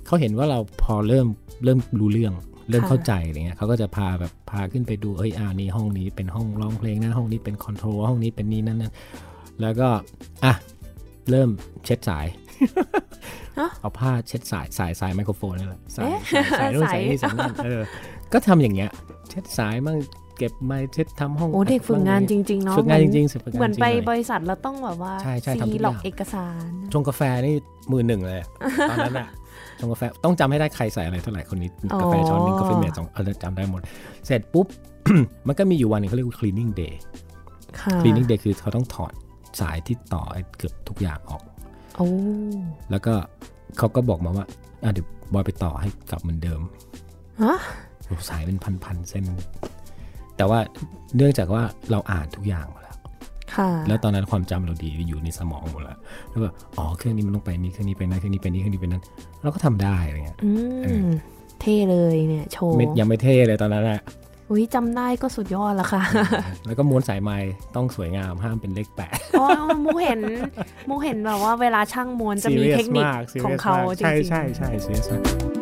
เขาเห็นว่าเราพอเริ่มเริ่มรู้เรื่องเริ่มเข้าใจอะไรเงี้ยเขาก็จะพาแบบพาขึ้นไปดูเอ้ยอ่านี่ห้องนี้เป็นห้องร้องเพลงนะห้องนี้เป็นคอนโทรลห้องนี้เป็นนี่นั่นนั่นแล้วก็อ่ะเริ่มเช็ดสายเอาผ้าเช็ดสายสายสายไมโครโฟนนี่แหละสายสายนู่นสายนี่สายนั่นเออก็ทำอย่างเงี้ยเช็ดสายมั่งเก็บไม้เช็ดทำห้องโอ้เด็กฝึกงานจริงๆเนาะฝึกงานจริงๆเหมือนไปบริษัทแล้วต้องแบบว่าซีหลอกเอกสารชงกาแฟนี่มือหนึ่งเลยตอนนั้นอะชงกาแฟต้องจำให้ได้ใครใส่อะไรเท่าไหร่คนนี้กาแฟช้อนนึงกาแฟเมดสองเออจำได้หมดเสร็จปุ๊บ มันก็มีอยู่วันนึงเขาเรียกว่า cleaning day cleaning day คือเขาต้องถอดสายที่ต่อเกือบทุกอย่างออกโอ้แล้วก็เขาก็บอกมาว่าอ่ะเดี๋ยวบอยไปต่อให้กลับเหมือนเดิมฮะสายเป็นพันๆเส้นแต่ว่าเนื่องจากว่าเราอ่านทุกอย่างหมดแล้วแล้วตอนนั้นความจำเราดีอยู่ในสมองหมดแล้วแล้วแบบอ๋อเครื่องนี้มันต้องไปนี่เครื่องนี้ไปนั่นเครื่องนี้ไปนี่เครื่องนี้ไปนั่นเราก็ทำได้อะไรเงี้ยเท่เลยเนี่ยโชว์ยังไม่เท่เลยตอนนั้นอะอุ้ยจำได้ก็สุดยอดละค่ะแล้วก็ม้วนสายไม้ต้องสวยงามห้ามเป็นเลขแปดอ๋อมูเห็นมูเห็นแบบว่าเวลาช่างม้วนจะมีเทคนิคของเขาจริงๆใช่ใช่ใช่ซีเรียสมาก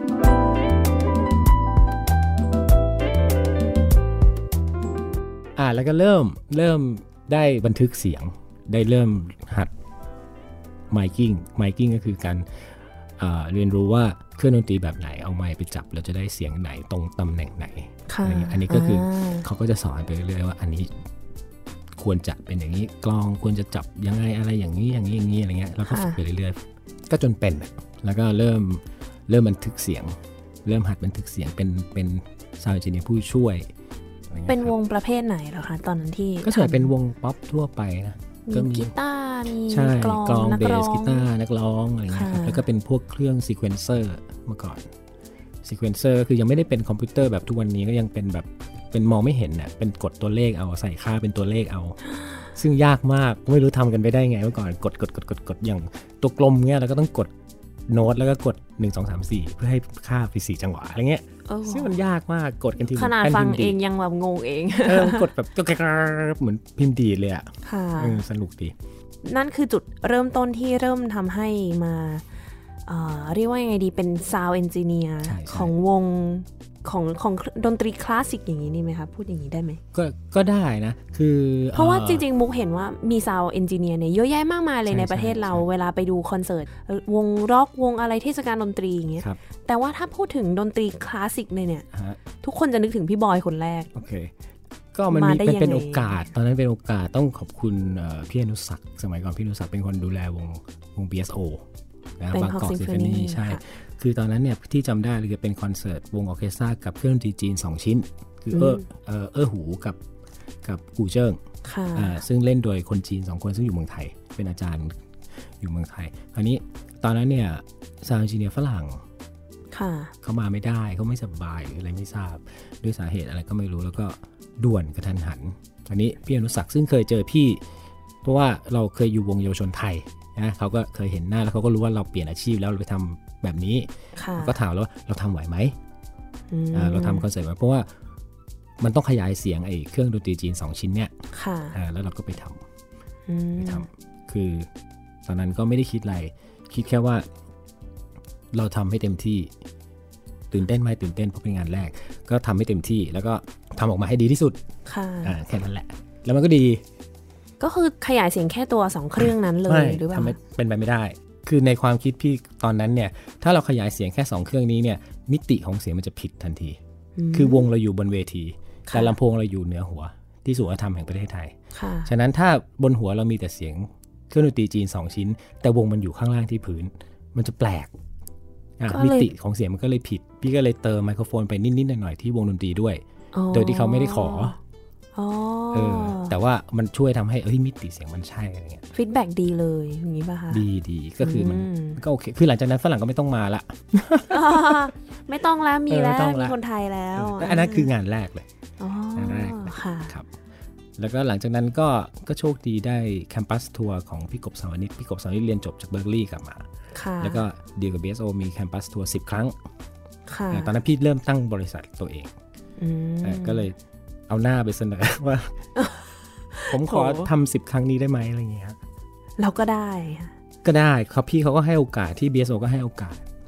อ่าแล้วก็เริ่มเริ่มได้บันทึกเสียงได้เริ่มหัดไมกิ้งไมกิ้งก็คือการเรียนรู้ว่าเครื่องดนตรีแบบไหนเอาไมค์ไปจับแล้วจะได้เสียงไหนตรงตำแหน่งไหนอันนี้ก็คือเขาก็จะสอนไปเรื่อยๆว่าอันนี้ควรจะเป็นอย่างนี้กลองควรจะจับยังไงอะไรอย่างนี้อย่างนี้อย่างนี้อะไรเงี้ยแล้วก็ฝึกไปเรื่อยๆก็จนเป็นแล้วก็เริ่มเริ่มบันทึกเสียงเริ่มหัดบันทึกเสียงเป็นเป็นซาวด์เอนจิเนียร์ผู้ช่วยเป็นวงประเภทไหนเหรอคะตอนนั้นที่ก็ส่วนเป็นวงป๊อปทั่วไปนะก็มีกีตาร์มีกลองเบสกีตาร์นักร้องอะไรเงี้ยครับแล้วก็เป็นพวกเครื่องซีเควนเซอร์เมื่อก่อนซีเควนเซอร์คือยังไม่ได้เป็นคอมพิวเตอร์แบบทุกวันนี้ก็ยังเป็นแบบเป็นมองไม่เห็นน่ะเป็นกดตัวเลขเอาใส่ค่าเป็นตัวเลขเอาซึ่งยากมากไม่รู้ทำกันไปได้ไงเมื่อก่อนกดกดกดกดกดอย่างตัวกลมเงี้ยแล้วก็ต้องกดโน้ตแล้วก็กดหนึ่ง สอง สาม สี่เพื่อให้ค่าไปสี่จังหวะอะไรเงี้ยซึ่งมันยากมากกดกันทีขนาดฟังเองยังแบบงงเองเออกดแบบเหมือนพิมพ์ดีเลยอ่ะสนุกดีนั่นคือจุดเริ่มต้นที่เริ่มทำให้มาเอ่อเรียกว่ายังไงดีเป็นซาวด์เอนจิเนียร์ของวงของของดนตรีคลาสสิกอย่างนี้นี่ไหมคะพูดอย่างนี้ได้ไหมก็ก็ได้นะคือเพราะว่าจริงๆมุกเห็นว่ามีซาวด์เอนจิเนียร์เนี่ยเยอะแยะมากมายเลยในประเทศเราเวลาไปดูคอนเสิร์ตวงร็อกวงอะไรเทศกาลดนตรีอย่างเงี้ยแต่ว่าถ้าพูดถึงดนตรีคลาสสิกเลยเนี่ยทุกคนจะนึกถึงพี่บอยคนแรกโอเคก็มันมีเป็นเป็นโอกาสตอนนั้นเป็นโอกาสต้องขอบคุณพี่อนุศักดิ์สมัยก่อนพี่อนุศักดิ์เป็นคนดูแลวงวง บี เอส โอ นะบางกอกซิมโฟนีใช่คือตอนนั้นเนี่ยที่จำได้เลยคือเป็นคอนเสิร์ตวงออร์เคสตรากับเครื่องดนตรีจีนสองชิ้นคือเออเออเออหูกับกับกูเจิ้งอ่าซึ่งเล่นโดยคนจีนสองคนซึ่งอยู่เมืองไทยเป็นอาจารย์อยู่เมืองไทยคราวนี้ตอนนั้นเนี่ยซาวด์เอนจิเนียร์ฝรั่งเขามาไม่ได้เขาไม่สบายหรืออะไรไม่ทราบด้วยสาเหตุอะไรก็ไม่รู้แล้วก็ด่วนกระทันหันอันนี้พี่อนุศักดิ์ซึ่งเคยเจอพี่เพราะว่าเราเคยอยู่วงเยาวชนไทยนะเขาก็เคยเห็นหน้าแล้วเขาก็รู้ว่าเราเปลี่ยนอาชีพแล้วเราไปทำแบบนี้ก็ถามแล้วเราทำไหวไหมเราทำคอนเสิร์ตไหมเพราะว่ามันต้องขยายเสียงไอ้เครื่องดนตรีจีนสองชิ้นเนี่ยแล้วเราก็ไปทำไปทำคือตอนนั้นก็ไม่ได้คิดอะไรคิดแค่ว่าเราทำให้เต็มที่ตื่นเต้นไหมตื่นเต้นเพราะเป็นงานแรกก็ทำให้เต็มที่แล้วก็ทำออกมาให้ดีที่สุดแค่นั้นแหละแล้วมันก็ดีก็คือขยายเสียงแค่ตัวสองเครื่องนั้นเลยหรือเปล่าเป็นไปไม่ได้คือในความคิดพี่ตอนนั้นเนี่ยถ้าเราขยายเสียงแค่สองเครื่องนี้เนี่ยมิติของเสียงมันจะผิดทันทีคือวงเราอยู่บนเวทีแต่ลำโพงเราอยู่เหนือหัวที่ศูนย์วัฒนธรรมแห่งประเทศไทยฉะนั้นถ้าบนหัวเรามีแต่เสียงเครื่องดนตรีจีนสองชิ้นแต่วงมันอยู่ข้างล่างที่พื้นมันจะแปลกมิติของเสียงมันก็เลยผิดพี่ก็เลยเติมไมโครโฟนไปนิดๆหน่อยๆที่วงดนตรีด้วยโดยที่เขาไม่ได้ขอเออแต่ว่ามันช่วยทำให้เอ้ยมิติเสียงมันใช่อะไรเงี้ยฟีดแบ็กดีเลยอย่างนี้ป่ะคะดีดีก็คือมันก็โอเคคือหลังจากนั้นฝรั่งก็ไม่ต้องมาละไม่ต้องแล้วมีแล้วมีคนไทยแล้วอันนั้นคืองานแรกเลยงานแรกค่ะครับแล้วก็หลังจากนั้นก็ก็โชคดีได้แคมปัสทัวร์ของพี่กบสาวนิชพี่กบสาวนิชเรียนจบจากเบิร์กลีย์กลับมาแล้วก็ดีลกับ บี เอส โอ มีแคมปัสทัวร์สิบครั้งตอนนั้นพี่เริ่มตั้งบริษัทตัวเองก็เลยเอาหน้าไปเสนอว่าผมขอทำสิบครั้งนี้ได้ไหมอะไรเงี้ยเราก็ได้ก็ได้ครับพี่เขาก็ให้โอกาสที่ บี เอส โอ ก็ให้โอกาส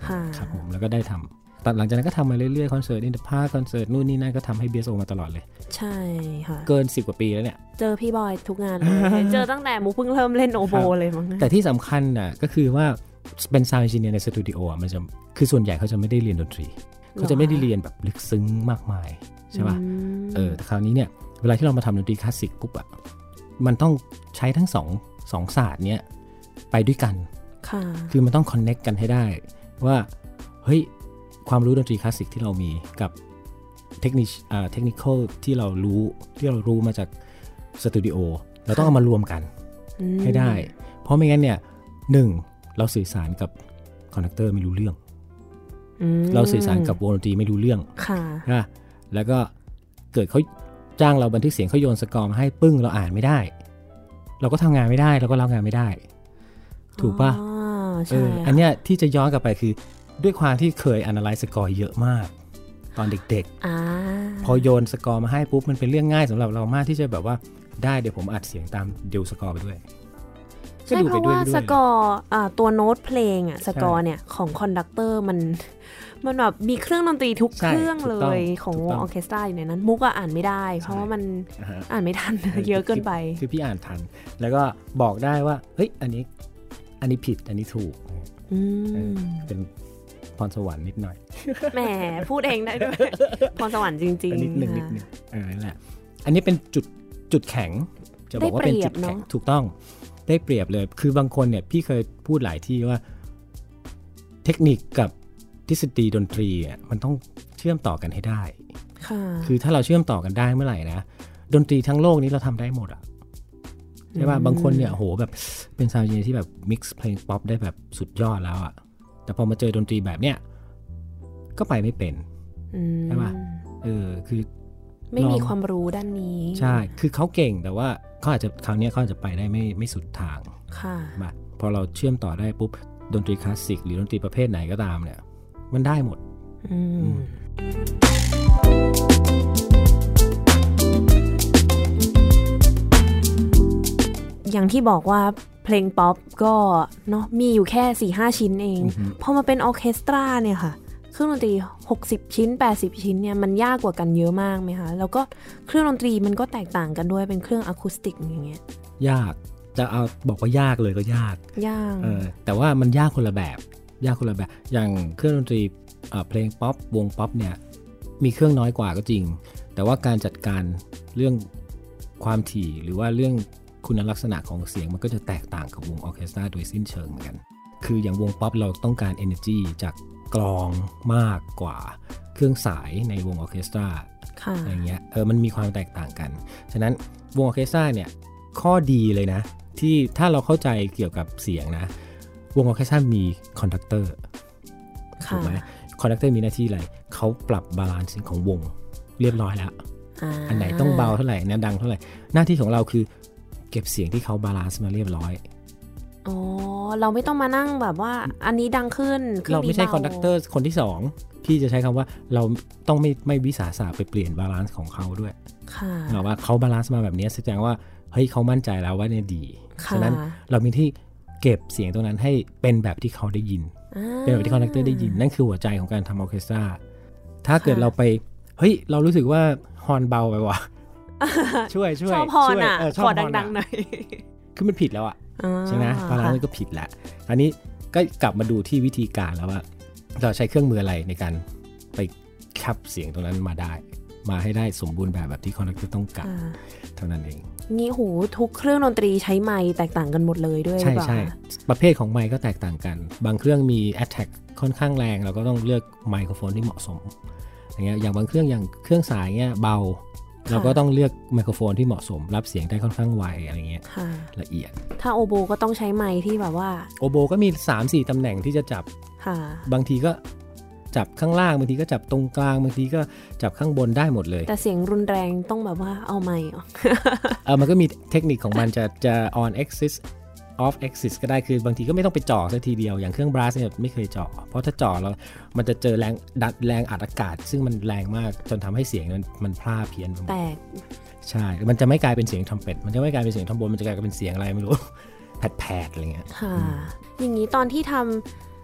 ครับผมแล้วก็ได้ทำตอนหลังจากนั้นก็ทำมาเรื่อยๆคอนเสิร์ตอินเตอร์พาร์คคอนเสิร์ตนู่นนี่นั่นก็ทำให้ บี เอส โอ มาตลอดเลยใช่ค่ะเกินสิบกว่าปีแล้วเนี่ยเจอพี่บอยทุกงานเลยเจอตั้งแต่มุกเพิ่งเริ่มเล่นโอโบเลยมั้งแต่ที่สำคัญน่ะก็คือว่าเป็นซาวด์เอนจิเนียร์ในสตูดิโออ่ะมันจะคือส่วนใหญ่เขาจะไม่ได้เรียนดนตรีเขาจะไม่ได้เรียนแบบลึกซึ้งมากมายใช่ป่ะเออแต่คราวนี้เนี่ยเวลาที่เรามาทำดนตรีคลาสสิกปุ๊บอ่ะมันต้องใช้ทั้งสองสองศาสตร์เนี้ยไปด้วยกันคือมันต้องคอนเนคกันให้ได้ว่าเฮ้ยความรู้ดนตรีคลาสสิกที่เรามีกับเทคนิคอ่าเทคนิคอลที่เรารู้ที่เรารู้มาจากสตูดิโอเราต้องเอามารวมกันให้ได้เพราะไม่งั้นเนี่ยหนึ่งเราสื่อสารกับคอนดักเตอร์ไม่รู้เรื่องเราสื่อสารกับวงดนตรีไม่รู้เรื่องนะแล้วก็เกิดเขาจ้างเราบันทึกเสียงเขาโยนสกอร์มาให้ปึ้งเราอ่านไม่ได้เราก็ทำงานไม่ได้เราก็รับงานไม่ได้ถูกป่ะเอออันเนี้ยที่จะย้อนกลับไปคือด้วยความที่เคย analyze สกอร์เยอะมากตอนเด็กๆพอโยนสกอร์มาให้ปุ๊บมันเป็นเรื่องง่ายสำหรับเรามากที่จะแบบว่าได้เดี๋ยวผมอัดเสียงตามเดียวสกอร์ไปด้วยใช่เพราะว่าสกอร์ตัวโน้ตเพลงอ่ะสกอร์เนี่ยของคอนดักเตอร์มันมันแบบมีเครื่องดนตรีทุกเครื่องเลยของวงออร์เคสตราอยู่ในนั้นมุกก็อ่านไม่ได้เพราะว่ามันอ่านไม่ทันเยอะเกินไปคือพี่อ่านทันแล้วก็บอกได้ว่าเฮ้ยอันนี้อันนี้ผิดอันนี้ถูกเป็นพรสวรรค์นิดหน่อยแหมพูดเองได้ด้วยพรสวรรค์จริงๆนิดนึงนิดนึงเออนั่นแหละอันนี้เป็นจุดจุดแข็งจะบอกว่าเป็นจุดแข็งถูกต้องได้เปรียบเลยคือบางคนเนี่ยพี่เคยพูดหลายที่ว่าเทคนิคกับทฤษฎีดนตรีอ่ะมันต้องเชื่อมต่อกันให้ได้คือถ้าเราเชื่อมต่อกันได้เมื่อไหร่นะดนตรีทั้งโลกนี้เราทำได้หมดอ่ะใช่ป่ะบางคนเนี่ยโหแบบเป็นซาวด์เอนจิเนียร์ที่แบบมิกซ์เพลงป๊อปได้แบบสุดยอดแล้วอ่ะแต่พอมาเจอดนตรีแบบเนี้ยก็ไปไม่เป็นใช่ป่ะเออคือไม่มีความรู้ด้านนี้ใช่คือเขาเก่งแต่ว่าเขาอาจจะคราวนี้เขาอาจจะไปได้ไม่ไม่สุดทางค่ะมาพอเราเชื่อมต่อได้ปุ๊บดนตรีคลาสสิกหรือดนตรีประเภทไหนก็ตามเนี่ยมันได้หมดอย่างที่บอกว่าเพลงป๊อปก็เนาะมีอยู่แค่ สี่ห้า ชิ้นเองพอมาเป็นออร์เคสตราเนี่ยค่ะเครื่องดนตรีหกสิบชิ้นแปดสิบชิ้นเนี่ยมันยากกว่ากันเยอะมากไหมคะแล้วก็เครื่องดนตรีมันก็แตกต่างกันด้วยเป็นเครื่องอะคูสติกอย่างเงี้ยยากจะเอาบอกว่ายากเลยก็ยากยากเออแต่ว่ามันยากคนละแบบยากคนละแบบอย่างเครื่องดนตรีเพลงป๊อปวงป๊อปเนี่ยมีเครื่องน้อยกว่าก็จริงแต่ว่าการจัดการเรื่องความถี่หรือว่าเรื่องคุณลักษณะของเสียงมันก็จะแตกต่างกับวงออร์เคสตราโดยสิ้นเชิงเหมือนกันคืออย่างวงป๊อปเราต้องการ energy จากกลองมากกว่าเครื่องสายในวงออร์เคสตราอะไรเงี้ยเออมันมีความแตกต่างกันฉะนั้นวงออร์เคสตราเนี่ยข้อดีเลยนะที่ถ้าเราเข้าใจเกี่ยวกับเสียงนะวงออร์เคสตรามีคอนดักเตอร์ถูกไหมคอนดักเตอร์มีหน้าที่อะไรเขาปรับบาลานซ์ของวงเรียบร้อยแล้ว อ, อันไหนต้องเบาเท่าไหร่นะดังเท่าไหร่หน้าที่ของเราคือเก็บเสียงที่เขาบาลานซ์มาเรียบร้อยอ๋อเราไม่ต้องมานั่งแบบว่าอันนี้ดังขึ้นเราไม่ใช่คอนดักเตอร์คนที่สองพี่จะใช้คำว่าเราต้องไม่ไม่วิสาสะไปเปลี่ยนบาลานซ์ของเขาด้วยค่ะเราว่าเขาบาลานซ์มาแบบนี้แสดงว่าเฮ้ยเขามั่นใจแล้วว่าเนี่ยดีฉะนั้นเรามีที่เก็บเสียงตรงนั้นให้เป็นแบบที่เขาได้ยินเป็นแบบที่คอนดักเตอร์ได้ยินนั่นคือหัวใจของการทำออร์เคสตราถ้าเกิดเราไปเฮ้ยเรารู้สึกว่าฮอร์นเบาไปว่ะช่วยช่วยชอบฮอร์นอ่ะขอดังๆหน่อยคือมันผิดแล้วอ่ะใช่ไหมบาลานซ์ก็ผิดแหละอันนี้ก็กลับมาดูที่วิธีการแล้วว่าเราใช้เครื่องมืออะไรในการไปคับเสียงตรงนั้นมาได้มาให้ได้สมบูรณ์แบบแบบที่คอนดักเตอร์ต้องการเท่านั้นเองนี่หูทุกเครื่องดนตรีใช้ไมค์แตกต่างกันหมดเลยด้วยใช่ใช่ประเภทของไมค์ก็แตกต่างกันบางเครื่องมี attack ค่อนข้างแรงเราก็ต้องเลือกไมโครโฟนที่เหมาะสมอย่างเงี้ยอย่างบางเครื่องอย่างเครื่องสายเงี้ยเบาเราก็ต้องเลือกไมโครโฟนที่เหมาะสมรับเสียงได้ค่อนข้างไวอะไรเงี้ยละเอียดถ้าโอโบก็ต้องใช้ไมค์ที่แบบว่าโอโบก็มี สามสี่ ตำแหน่งที่จะจับบางทีก็จับข้างล่างบางทีก็จับตรงกลางบางทีก็จับข้างบนได้หมดเลยแต่เสียงรุนแรงต้องแบบว่าเอาไมค์เออมันก็มีเทคนิคของมันจะจะ on axis off axis ก็ได้คือบางทีก็ไม่ต้องไปจ่อซะทีเดียวอย่างเครื่องบราสเนี่ยไม่เคยจ่อเพราะถ้าจ่อแล้วมันจะเจอแรงดัดแรงอัดอากาศซึ่งมันแรงมากจนทำให้เสียงมันมันพร่าเพี้ยนแตกใช่มันจะไม่กลายเป็นเสียงทรัมเป็ตมันจะไม่กลายเป็นเสียงทรัมโบนมันจะกลายเป็นเสียงอะไรไม่รู้แผดๆอะไรเงี้ยค่ะอย่างนี้ตอนที่ท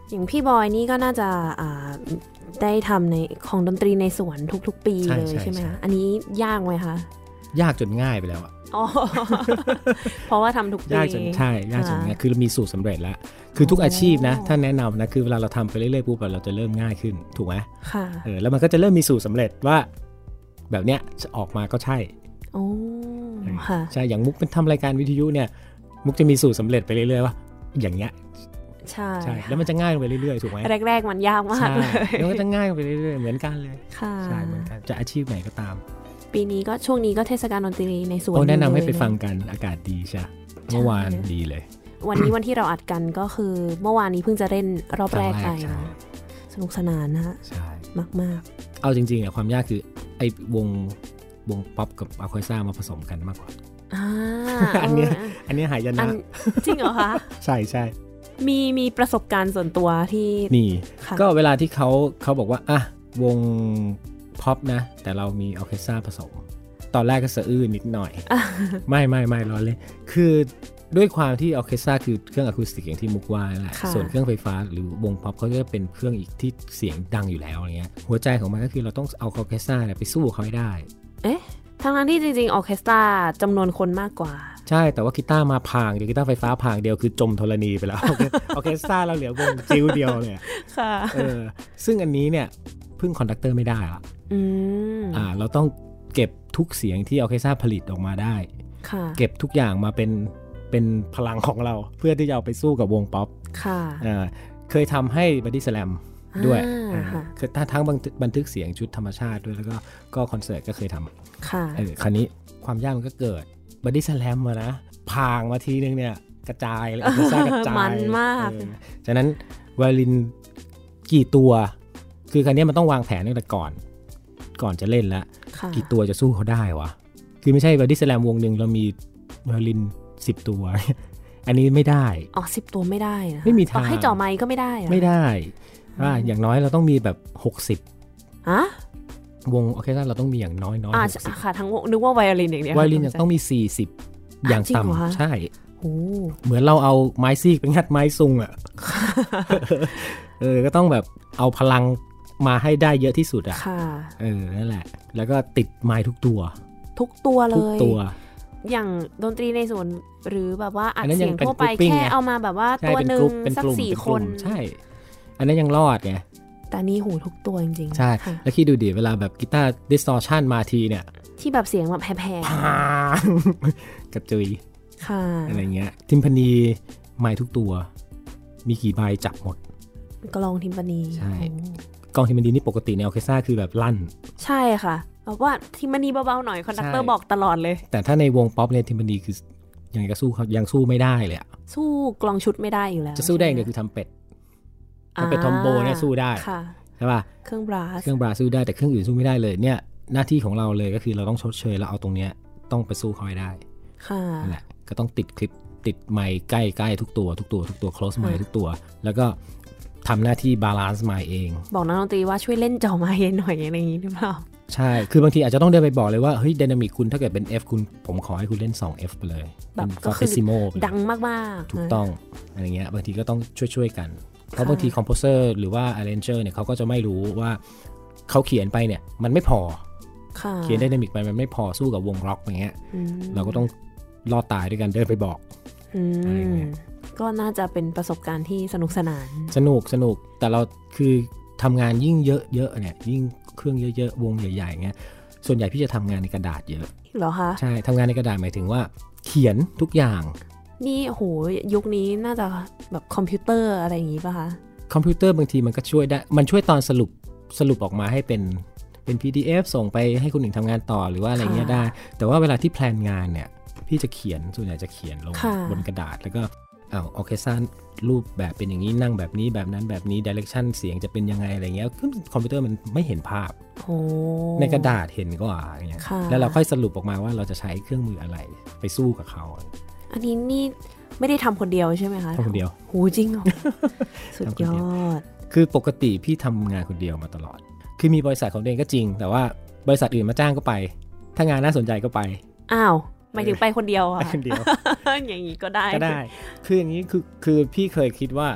อย่างพี่บอยนี่ก็น่าจะได้ทำในของดนตรีในสวนทุกๆปีเลยใช่ไหมคะอันนี้ยากไหมคะยากจนง่ายไปแล้วอะเพราะว่าทำทุกปียากจนใช่ยากจนง่ายคือเรามีสูตรสำเร็จแล้วคือทุกอาชีพนะถ้าแนะนำนะคือเวลาเราทำไปเรื่อยๆปุ๊บเราจะเริ่มง่ายขึ้นถูกไหมค่ะเออแล้วมันก็จะเริ่มมีสูตรสำเร็จว่าแบบเนี้ยออกมาก็ใช่โอ้ค่ะใช่อย่างมุกเป็นทำรายการวิทยุเนี่ยมุกจะมีสูตรสำเร็จไปเรื่อยๆว่าอย่างเงี้ยใช่ใช่แล้วมันจะง่ายไปเรื่อยๆถูกไหมแรกๆมันยากมากเลยแล้วก็จะง่ายไปเรื่อยๆเหมือนกันเลยค่ะใช่เหมือนกันจะอาชีพไหนก็ตามปีนี้ก็ช่วงนี้ก็เทศกาลดนตรีในสวนแนะนำให้ไปฟังกันอากาศดีใช่เมื่อวานดีเลยวันนี้วันที่เราอัดกันก็คือเมื่อวานนี้เพิ่งจะเล่นรอบแรกไปสนุกสนานนะฮะใช่มากๆเอาจริงๆอ่ะความยากคือไอ้วงวงป๊อปกับอะควาซ่ามาผสมกันมากกว่าอันนี้อันนี้หายนะจริงเหรอคะใช่ใช่มีมีประสบการณ์ส่วนตัวที่นี่ก็เวลาที่เขาเขาบอกว่าอ่ะวงพ็อปนะแต่เรามีออร์เคสตราผสมตอนแรกก็สะอื้นนิดหน่อย ไม่ไม่ไม่ล้อเล่นคือด้วยความที่ออร์เคสตราคือเครื่องอะคูสติกอย่างที่มุกว่าแหละส่วนเครื่องไฟฟ้าหรือวงพ็อปเขาจะเป็นเครื่องอีกที่เสียงดังอยู่แล้วอะไรเงี้ยหัวใจของมันก็คือเราต้องเอาออร์เคสตราไปสู้เขาให้ได้เอ๊ะทั้งนั้นที่จริงๆออร์เคสตราจำนวนคนมากกว่าใช่แต่ว่ากีตาร์มาพางเดียวกีตาร์ไฟฟ้าพางเดียวคือจมธรณีไปแล้วออร์เคสตราเราเหลือวงจิ๋วเดียวเลยค่ะเออซึ่งอันนี้เนี่ยพึ่งคอนดักเตอร์ไม่ได้ละอืมอ่าเราต้องเก็บทุกเสียงที่ออร์เคสตราผลิตออกมาได้ค่ะเก็บทุกอย่างมาเป็นเป็นพลังของเราเพื่อที่จะเอาไปสู้กับวงป๊อปค่ะอ่าเคยทำให้บอดี้สแลมด้วยคือทั้งบันทึกเสียงชุดธรรมชาติด้วยแล้วก็ก็คอนเสิร์ตก็เคยทำค่ะเออคราวนี้ความยากมันก็เกิดบอดี้สแลมมานะพางมาทีนึงเนี่ยกระจายเลยกระจายกระจายมันมากฉะนั้นไวโอลินกี่ตัวคือคราวนี้มันต้องวางแผนตั้งแต่ก่อนก่อนจะเล่นแล้วกี่ตัวจะสู้เขาได้วะคือไม่ใช่บอดี้สแลมวงนึงเรามีไวโอลินสิบตัวอันนี้ไม่ได้อ๋อสิบตัวไม่ได้นะไม่มีทางให้จ่อไมค์ก็ไม่ได้ไม่ได้ว่าอย่างน้อยเราต้องมีแบบหกสิบฮะวงโอเคเราต้องมีอย่างน้อยๆอ่าค่ะทั้งวงนึกว่าไวโอลินอย่างเดียวไวโอลินต้องมีสี่สิบอย่างต่ำใช่เหมือนเราเอาไม้ซีกไปงัดไม้ซุงอ่ะเออก็ต้องแบบเอาพลังมาให้ได้เยอะที่สุดอ่ะเออนั่นแหละแล้วก็ติดไม้ทุกตัวทุกตัวเลยทุกตัวอย่างดนตรีในสวนหรือแบบว่าอัดเสียงทั่วไปแค่เอามาแบบว่าตัวนึงสักสี่คนใช่อันนั้นยังรอดไงแต่นี่หูทุกตัวจริงๆใช่แล้วคิดดูดิเวลาแบบกีตาร์ distortion มาทีเนี่ยที่แบบเสียงแบบแผ่ๆกระจุยอะไรเงี้ยทิมพานีไม้ทุกตัวมีกี่ใบจับหมดกลองทิมพานีใช่กลองทิมพานีนี่ปกติในออร์เคสตราคือแบบลั่นใช่ค่ะบอกว่าทิมพานีเบาๆหน่อยคอนดักเตอร์บอกตลอดเลยแต่ถ้าในวงป๊อปเนี่ยทิมพานีคือยังก็สู้เขายังสู้ไม่ได้เลยอะสู้กลองชุดไม่ได้อยู่แล้วจะสู้ได้อย่างเดียวคือทำเป็ดถ้าเป็นทอมโบเนี่ยสู้ได้ใช่ป่ะเครื่องบราสเครื่องบราสสู้ได้แต่เครื่องอื่นสู้ไม่ได้เลยเนี่ยหน้าที่ของเราเลยก็คือเราต้องชดเชยแล้วเอาตรงเนี้ยต้องไปสู้เขาให้ได้ค่ะนั่นแหละก็ต้องติดคลิปติดไมค์ใกล้ๆทุกตัวทุกตัวทุกตัว close ไมค์ทุกตัวแล้วก็ทำหน้าที่บาลานซ์ไมค์เองบอกนักดนตรีว่าช่วยเล่นจ่อไมค์หน่อยอะไรอย่างนี้หรือเปล่าใช่คือบางทีอาจจะต้องเดินไปบอกเลยว่าเฮ้ยไดนามิกคุณถ้าเกิดเป็น F คุณผมขอให้คุณเล่น สอง เอฟ ไปเลยแบบก็คือดังมากๆถูกต้องอะไรเงี้ยบางทีก็ต้องช่วยๆกันเพราะบางทีคอมโพเซอร์หรือว่า arranger เนี่ยเขาก็จะไม่รู้ว่าเขาเขียนไปเนี่ยมันไม่พอเขียนไดนามิกไปมันไม่พอสู้กับวงร็อกอย่างเงี้ยเราก็ต้องรอดตายด้วยกันเดินไปบอกอะไรเงี้ยก็น่าจะเป็นประสบการณ์ที่สนุกสนานสนุกสนุกแต่เราคือทำงานยิ่งเยอะๆเนี่ยยิ่งเครื่องเยอะๆวงใหญ่ๆเงี้ยส่วนใหญ่พี่จะทำงานในกระดาษเยอะเหรอคะใช่ทำงานในกระดาษหมายถึงว่าเขียนทุกอย่างนี่โหยุคนี้น่าจะแบบคอมพิวเตอร์อะไรอย่างงี้ป่ะคะคอมพิวเตอร์บางทีมันก็ช่วยได้มันช่วยตอนสรุปสรุปออกมาให้เป็นเป็น พี ดี เอฟ ส่งไปให้คนอื่นทำงานต่อหรือว่าอะไรเงี้ยได้แต่ว่าเวลาที่แพลนงานเนี่ยพี่จะเขียนส่วนใหญ่จะเขียนลงบนกระดาษแล้วก็อ้าวโอเคซ่ารูปแบบเป็นอย่างนี้นั่งแบบนี้แบบนั้นแบบนี้ดิเรกชันเสียงจะเป็นยังไงอะไรเงี้ยคอมพิวเตอร์มันไม่เห็นภาพในกระดาษเห็นก็อ่ะอย่างเงี้ยแล้วเราค่อยสรุปออกมาว่าเราจะใช้เครื่องมืออะไรไปสู้กับเขาอันนี้นี่ไม่ได้ทำคนเดียวใช่ไหมคะทำคนเดียวโหจริงเหรอสุดยอดคือปกติพี่ทำงานคนเดียวมาตลอดคือมีบริษัทของตัวเองก็จริงแต่ว่าบริษัทอื่นมาจ้างก็ไปถ้างานน่าสนใจก็ไปอ้าวหมายถึงไปคนเดียวอ่ะไปคนเดียวอย่างนี้ก็ได้ก็ได้คืออย่างนี้คือคือพี่เคยคิดว่า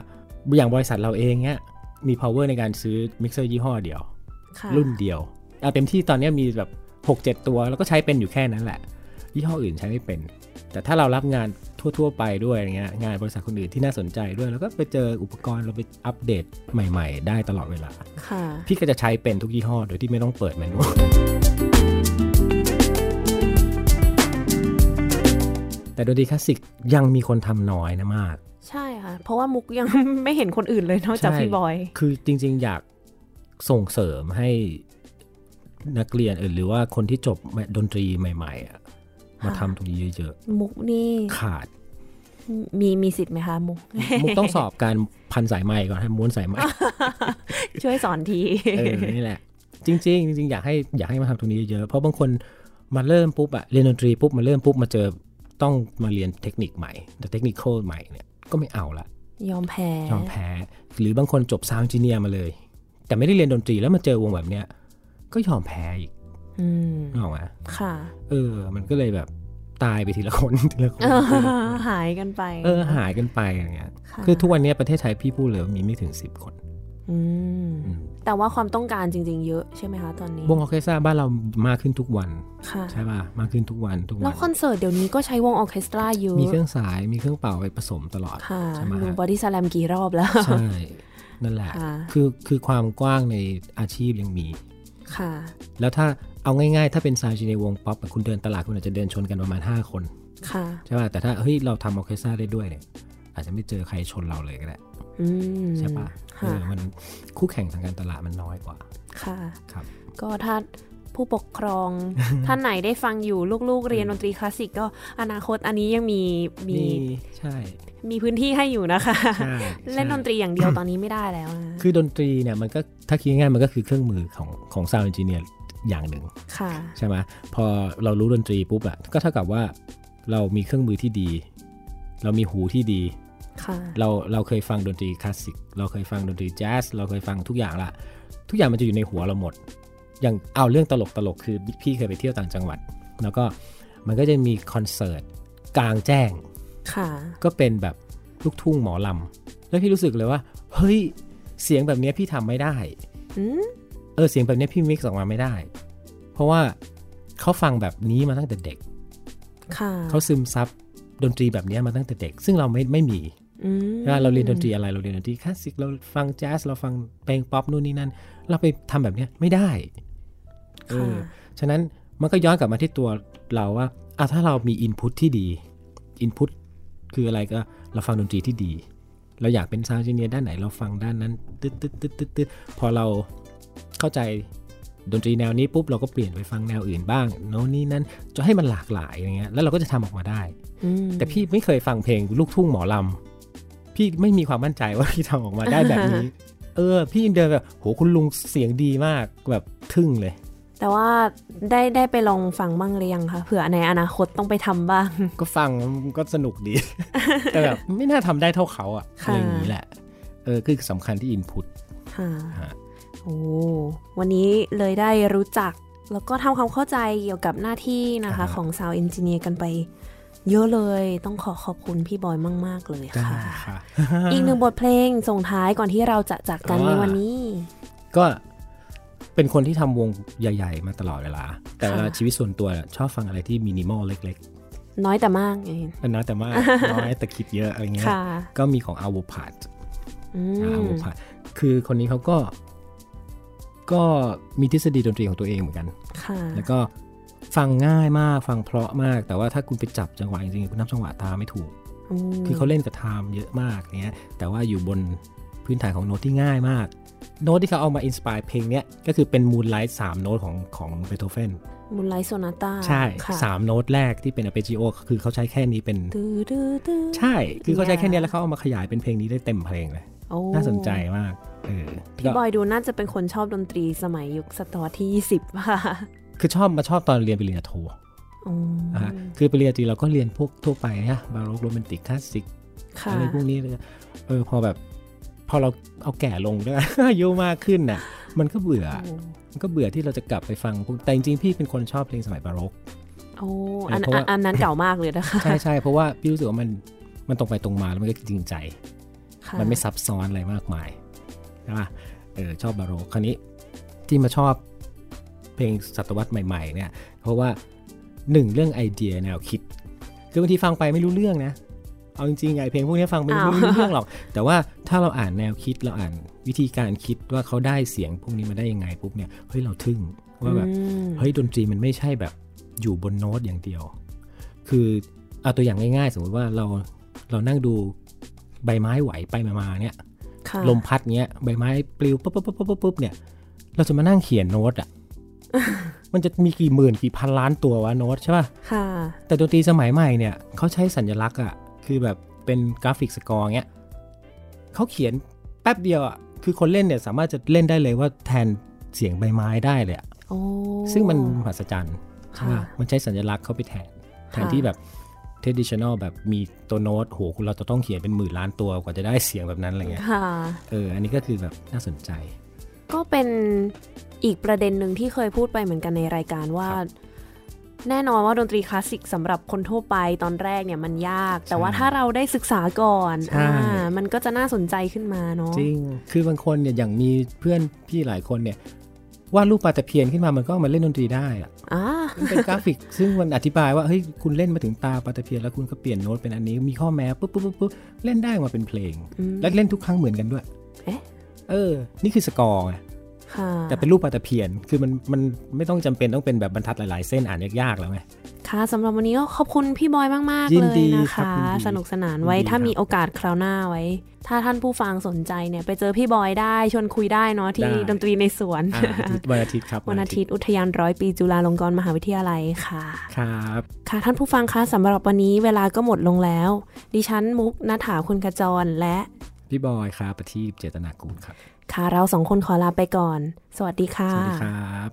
อย่างบริษัทเราเองเนี้ยมี power ในการซื้อมิกเซอร์ยี่ห้อเดียวรุ่นเดียวเอาเต็มที่ตอนนี้มีแบบ หกเจ็ด ตัวแล้วก็ใช้เป็นอยู่แค่นั้นแหละยี่ห้ออื่นใช้ไม่เป็นแต่ถ้าเรารับงานทั่วๆไปด้วยอย่างเงี้ยงานบริษัทคนอื่นที่น่าสนใจด้วยแล้วก็ไปเจออุปกรณ์เราไปอัปเดตใหม่ๆได้ตลอดเวลาพี่ก็จะใช้เป็นทุกยี่ห้อโดยที่ไม่ต้องเปิดแมนนวลแต่ดนตรีคลาสสิกยังมีคนทำน้อยนะมากใช่ค่ะเพราะว่ามุกยัง ไม่เห็นคนอื่นเลยนอกจากพี่บอยคือจริงๆอยากส่งเสริมให้นักเรียนหรือว่าคนที่จบดนตรีใหม่ๆมาทำตรงนี้เยอะๆมุกนี่ขาดมีมีสิทธิ์ไหมคะมุกมุกต้องสอบการพันสายไม้ก่อนให้ม้วนสายไม้ช่วยสอนทีเออนี่แหละจริงๆจริงๆอยากให้อยากให้มาทำตรงนี้เยอะเพราะบางคนมาเริ่มปุ๊บอะเรียนดนตรีปุ๊บมาเริ่มปุ๊บมาเจอต้องมาเรียนเทคนิคใหม่แต่เทคนิคใหม่เนี่ยก็ไม่เอาละยอมแพ้ยอมแพ้หรือบางคนจบซาวด์เอนจิเนียร์มาเลยแต่ไม่ได้เรียนดนตรีแล้วมาเจอวงแบบเนี้ยก็ยอมแพ้อีกอืมนึกออกไหมค่ะเออมันก็เลยแบบตายไปทีละคนทีละคนหายกันไปเออหายกันไปอย่างเงี้ยคือทุกวันนี้ประเทศไทยพี่พูดเลยมีไม่ถึงสิบคนอืมแต่ว่าความต้องการจริงๆเยอะใช่ไหมคะตอนนี้วงออร์เคสตราบ้านเรามากขึ้นทุกวันใช่ป่ะมากขึ้นทุกวันทุกวันแล้วคอนเสิร์ตเดี๋ยวนี้ก็ใช้วงออร์เคสตราเยอะมีเครื่องสายมีเครื่องเป่าไปผสมตลอดใช่ไหมดูบอดี้สแลมกี่รอบแล้วใช่นั่นแหละคือคือความกว้างในอาชีพยังมีค่ะแล้วถ้าเอาง่ายๆถ้าเป็นซาวด์ในวงป๊อปคุณเดินตลาดคุณอาจจะเดินชนกันประมาณห้าคนค่ะใช่ป่ะแต่ถ้าเฮ้ยเราทำออร์เคสตราได้ด้วยเนี่ยอาจจะไม่เจอใครชนเราเลยก็ได้ใช่ป่ะเออมันคู่แข่งทางการตลาดมันน้อยกว่าค่ะครับก็ถ้าผู้ปกครองท่านไหนได้ฟังอยู่ลูกๆเรียนดนตรีคลาสสิกก็อนาคตอันนี้ยังมีมีใช่มีพื้นที่ให้อยู่นะคะเล่นดนตรีอย่างเดียวตอนนี้ไม่ได้แล้วนะคือดนตรีเนี่ยมันก็ถ้าคิดง่ายๆมันก็คือเครื่องมือของของซาวด์เอนจิเนียร์อย่างหนึ่งใช่ไหมพอเรารู้ดนตรีปุ๊บอะก็เท่ากับว่าเรามีเครื่องมือที่ดีเรามีหูที่ดีเราเราเคยฟังดนตรีคลาสสิกเราเคยฟังดนตรีแจ๊สเราเคยฟังทุกอย่างละทุกอย่างมันจะอยู่ในหัวเราหมดอย่างเอาเรื่องตลกตลกคือพี่เคยไปเที่ยวต่างจังหวัดแล้วก็มันก็จะมีคอนเสิร์ตกลางแจ้งก็เป็นแบบลูกทุ่งหมอลำแล้วพี่รู้สึกเลยว่าเฮ้ยเสียงแบบนี้พี่ทำไม่ได้เออเสียงแบบนี้พี่มิกซ์ออกมาไม่ได้เพราะว่าเขาฟังแบบนี้มาตั้งแต่เด็กเขาซึมซับดนตรีแบบนี้มาตั้งแต่เด็กซึ่งเราไม่ไม่มีเราเรียนดนตรีอะไรเราเรียนดนตรีคลาสสิกเราฟังแจ๊สเราฟังเพลงป๊อปนู่นนี่นั่นเราไปทำแบบนี้ไม่ได้เออฉะนั้นมันก็ย้อนกลับมาที่ตัวเราว่าอ่ะถ้าเรามีอินพุตที่ดีอินพุตคืออะไรก็เราฟังดนตรีที่ดีเราอยากเป็นซาวด์เอนจิเนียร์ด้านไหนเราฟังด้านนั้นตึ๊ดตึ๊ดตึ๊ดตึ๊ดตึ๊ดพอเราเข้าใจดนตรีแนวนี้ปุ๊บเราก็เปลี่ยนไปฟังแนวอื่นบ้างโน่นนี่นั่นจะให้มันหลากหลายอย่างเงี้ยแล้วเราก็จะทำออกมาได้แต่พี่ไม่เคยฟังเพลงลูกทุ่งหมอลำพี่ไม่มีความมั่นใจว่าพี่ทำออกมาได้แบบนี้ เออพี่เดินแบบโหคุณลุงเสียงดีมากแบบทึ่งเลยแต่ว่าได้ได้ไปลองฟังบ้างหรือยังคะเผื่อในอนาคตต้องไปทำบ้างก็ฟังก็สนุกดี แต่แบบไม่น่าทำได้เท่าเขาอ่ะอย่างนี้แหละเออคือสำคัญที่อินพุตค่ะโอ้วันนี้เลยได้รู้จักแล้วก็ทำความเข้าใจเกี่ยวกับหน้าที่นะคะของ Sound Engineer กันไปเยอะเลยต้องขอขอบคุณพี่บอยมากๆเลยค่ะอีกหนึ่งบทเพลงส่งท้ายก่อนที่เราจะจากกันในวันนี้ก็เป็นคนที่ทำวงใหญ่ๆมาตลอดเวลาแต่ว่าชีวิตส่วนตัวชอบฟังอะไรที่มินิมอลเล็กๆน้อยแต่มากไงน้อยแต่มากน้อยแต่คิดเยอะอะไรเงี้ยก็มีของอาวูพาร์ตอาวูพาร์ตคือคนนี้เขาก็ก็มีทฤษฎีดนตรีของตัวเองเหมือนกันแล้วก็ฟังง่ายมากฟังเพราะมากแต่ว่าถ้าคุณไปจับจังหวะจริงๆคุณนับจังหวะตามไม่ถูกคือเขาเล่นกับไทม์เยอะมากเนี้ยแต่ว่าอยู่บนพื้นฐานของโน้ตที่ง่ายมากโน้ตที่เขาเอามาอินสไปร์เพลงเนี้ยก็คือเป็นมูนไลท์สามโน้ตของของเบโธเฟนมูนไลท์โซนาต้าใช่สามโน้ตแรกที่เป็นอาร์เปจิโอคือเขาใช้แค่นี้เป็นใช่คือเขาใช้แค่นี้แล้วเขาเอามาขยายเป็นเพลงนี้ได้เต็มเพลงเลยน่าสนใจมากเออพี่บอยดูน่าจะเป็นคนชอบดนตรีสมัยยุคศตวรรษที่ยี่สิบค่ะคือชอบมาชอบตอนเรียนปริญญาโทอ่าคือปริญญาตรีเราก็เรียนพวกทั่วไปนะบาโรกโรแมนติกคลาสสิกอะไรพวกนี้เลยเออพอแบบพอเราเอาแก่ลงด้วยอายุมากขึ้นน่ะมันก็เบื่อมันก็เบื่อที่เราจะกลับไปฟังพวกแต่จริงๆพี่เป็นคนชอบเพลงสมัยบาโรกโอ้อันอันนั้นเก่ามากเลยนะคะใช่ใช่เพราะว่าพี่รู้สึกว่ามันมันตรงไปตรงมาแล้วมันก็จริงใจมันไม่ซับซ้อนอะไรมากมายใช่ป่ะเออชอบบาโรกคราวนี้ที่มาชอบเพลงศตวรรษใหม่ๆเนี่ยเพราะว่าหนึ่งเรื่องไอเดียแนวคิดคือบางทีฟังไปไม่รู้เรื่องนะเอาจริงๆไงเพลงพวกนี้ฟังไม่รู้เรื่องหรอกแต่ว่าถ้าเราอ่านแนวคิดเราอ่านวิธีการคิดว่าเขาได้เสียงพวกนี้มาได้ยังไงปุ๊บเนี่ยเฮ้ยเราทึ่งว่าแบบเฮ้ยดนตรีมันไม่ใช่แบบอยู่บนโน้ตอย่างเดียวคือเอาตัวอย่างง่ายๆสมมติว่าเราเรานั่งดูใบไม้ไหวไปมาๆเนี่ยลมพัดเงี้ยใบไม้ปลิวปุ๊บปุ๊บปุ๊บปุ๊บเนี่ยเราจะมานั่งเขียนโน้ตอ่ะ มันจะมีกี่หมื่นกี่พันล้านตัววะโน้ตใช่ป่ะค่ะแต่ดนตรีสมัยใหม่เนี่ยเขาใช้สัญลักษณ์อ่ะคือแบบเป็นกราฟิกสกอร์เงี้ยเขาเขียนแป๊บเดียวอ่ะคือคนเล่นเนี่ยสามารถจะเล่นได้เลยว่าแทนเสียงใบไม้ได้เลยอ่ะซึ่งมันมหัศจรรย์ใช่ป่ะมันใช้สัญลักษณ์เข้าไปแทนแทนที่แบบ traditional แบบมีตัวโน้ตโหคุณเราจะต้องเขียนเป็นหมื่นล้านตัวกว่าจะได้เสียงแบบนั้นอะไรเงี้ยเอออันนี้ก็คือแบบน่าสนใจก็เป็นอีกประเด็นหนึ่งที่เคยพูดไปเหมือนกันในรายการว่าแน่นอนว่าดนตรีคลาสสิกสำหรับคนทั่วไปตอนแรกเนี่ยมันยากแต่ว่าถ้าเราได้ศึกษาก่อนอ่ามันก็จะน่าสนใจขึ้นมาเนาะจริงคือบางคนเนี่ยอย่างมีเพื่อนพี่หลายคนเนี่ยวาดรูปปลาตะเพียนขึ้นมามันก็มาเล่นดนตรีได้อ่ะมันเป็นกราฟิกซึ่งมันอธิบายว่าเฮ้ยคุณเล่นมาถึงตาปลาตะเพียนแล้วคุณก็เปลี่ยนโน้ตเป็นอันนี้มีข้อแม้ปุ๊บปุ๊บปุ๊บเล่นได้มาเป็นเพลงและเล่นทุกครั้งเหมือนกันด้วยเอ๊ะเออนี่คือสกอร์ไงแต่เป็นรูปปลาตะเพียนคือมันมันไม่ต้องจำเป็นต้องเป็นแบบบรรทัดหลายๆเส้นอ่านยากๆแล้วไงค่ะสำหรับวันนี้ก็ขอบคุณพี่บอยมากๆเลยนะคะสนุกสนานไว้ถ้ามีโอกาสคราวหน้าไว้ถ้าท่านผู้ฟังสนใจเนี่ยไปเจอพี่บอยได้ชวนคุยได้เนาะที่ดนตรีในสวนวันอาทิตย์ครับวันอาทิตย์อุทยานร้อยปีจุฬาลงกรณ์มหาวิทยาลัยค่ะครับค่ะท่านผู้ฟังคะสำหรับวันนี้เวลาก็หมดลงแล้วดิฉันมุกณฐาคุณขจรและพี่บอยครับประทีปเจตนากูลครับค่ะเราสองคนขอลาไปก่อนสวัสดีค่ะสวัสดีครับ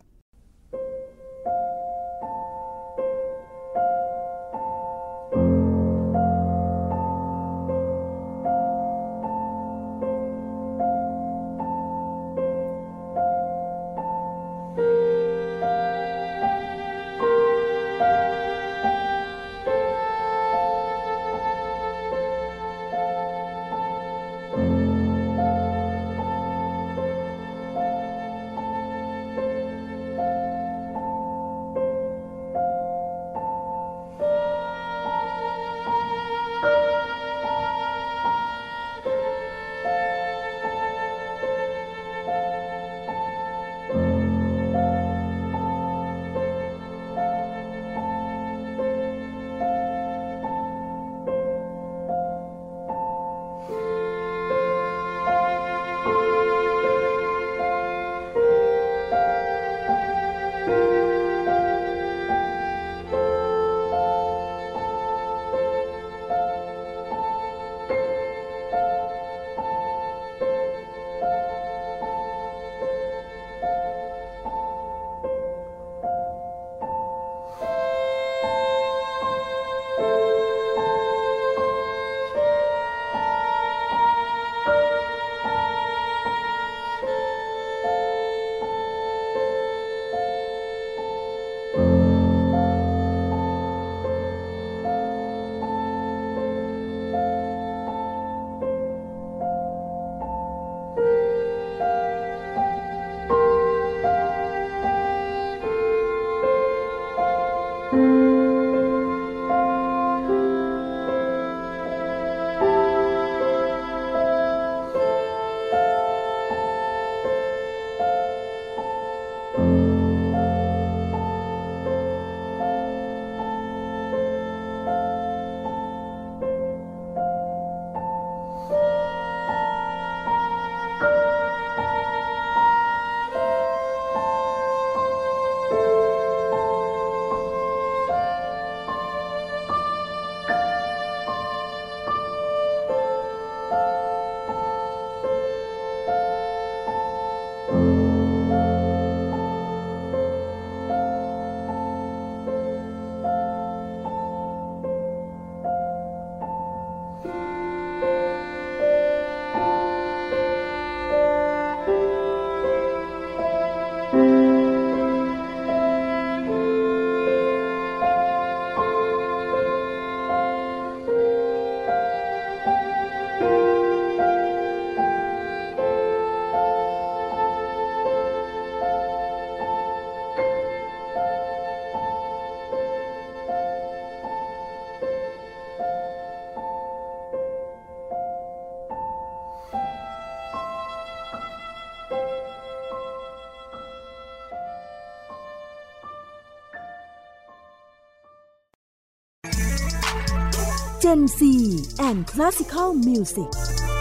Gen Z and Classical Music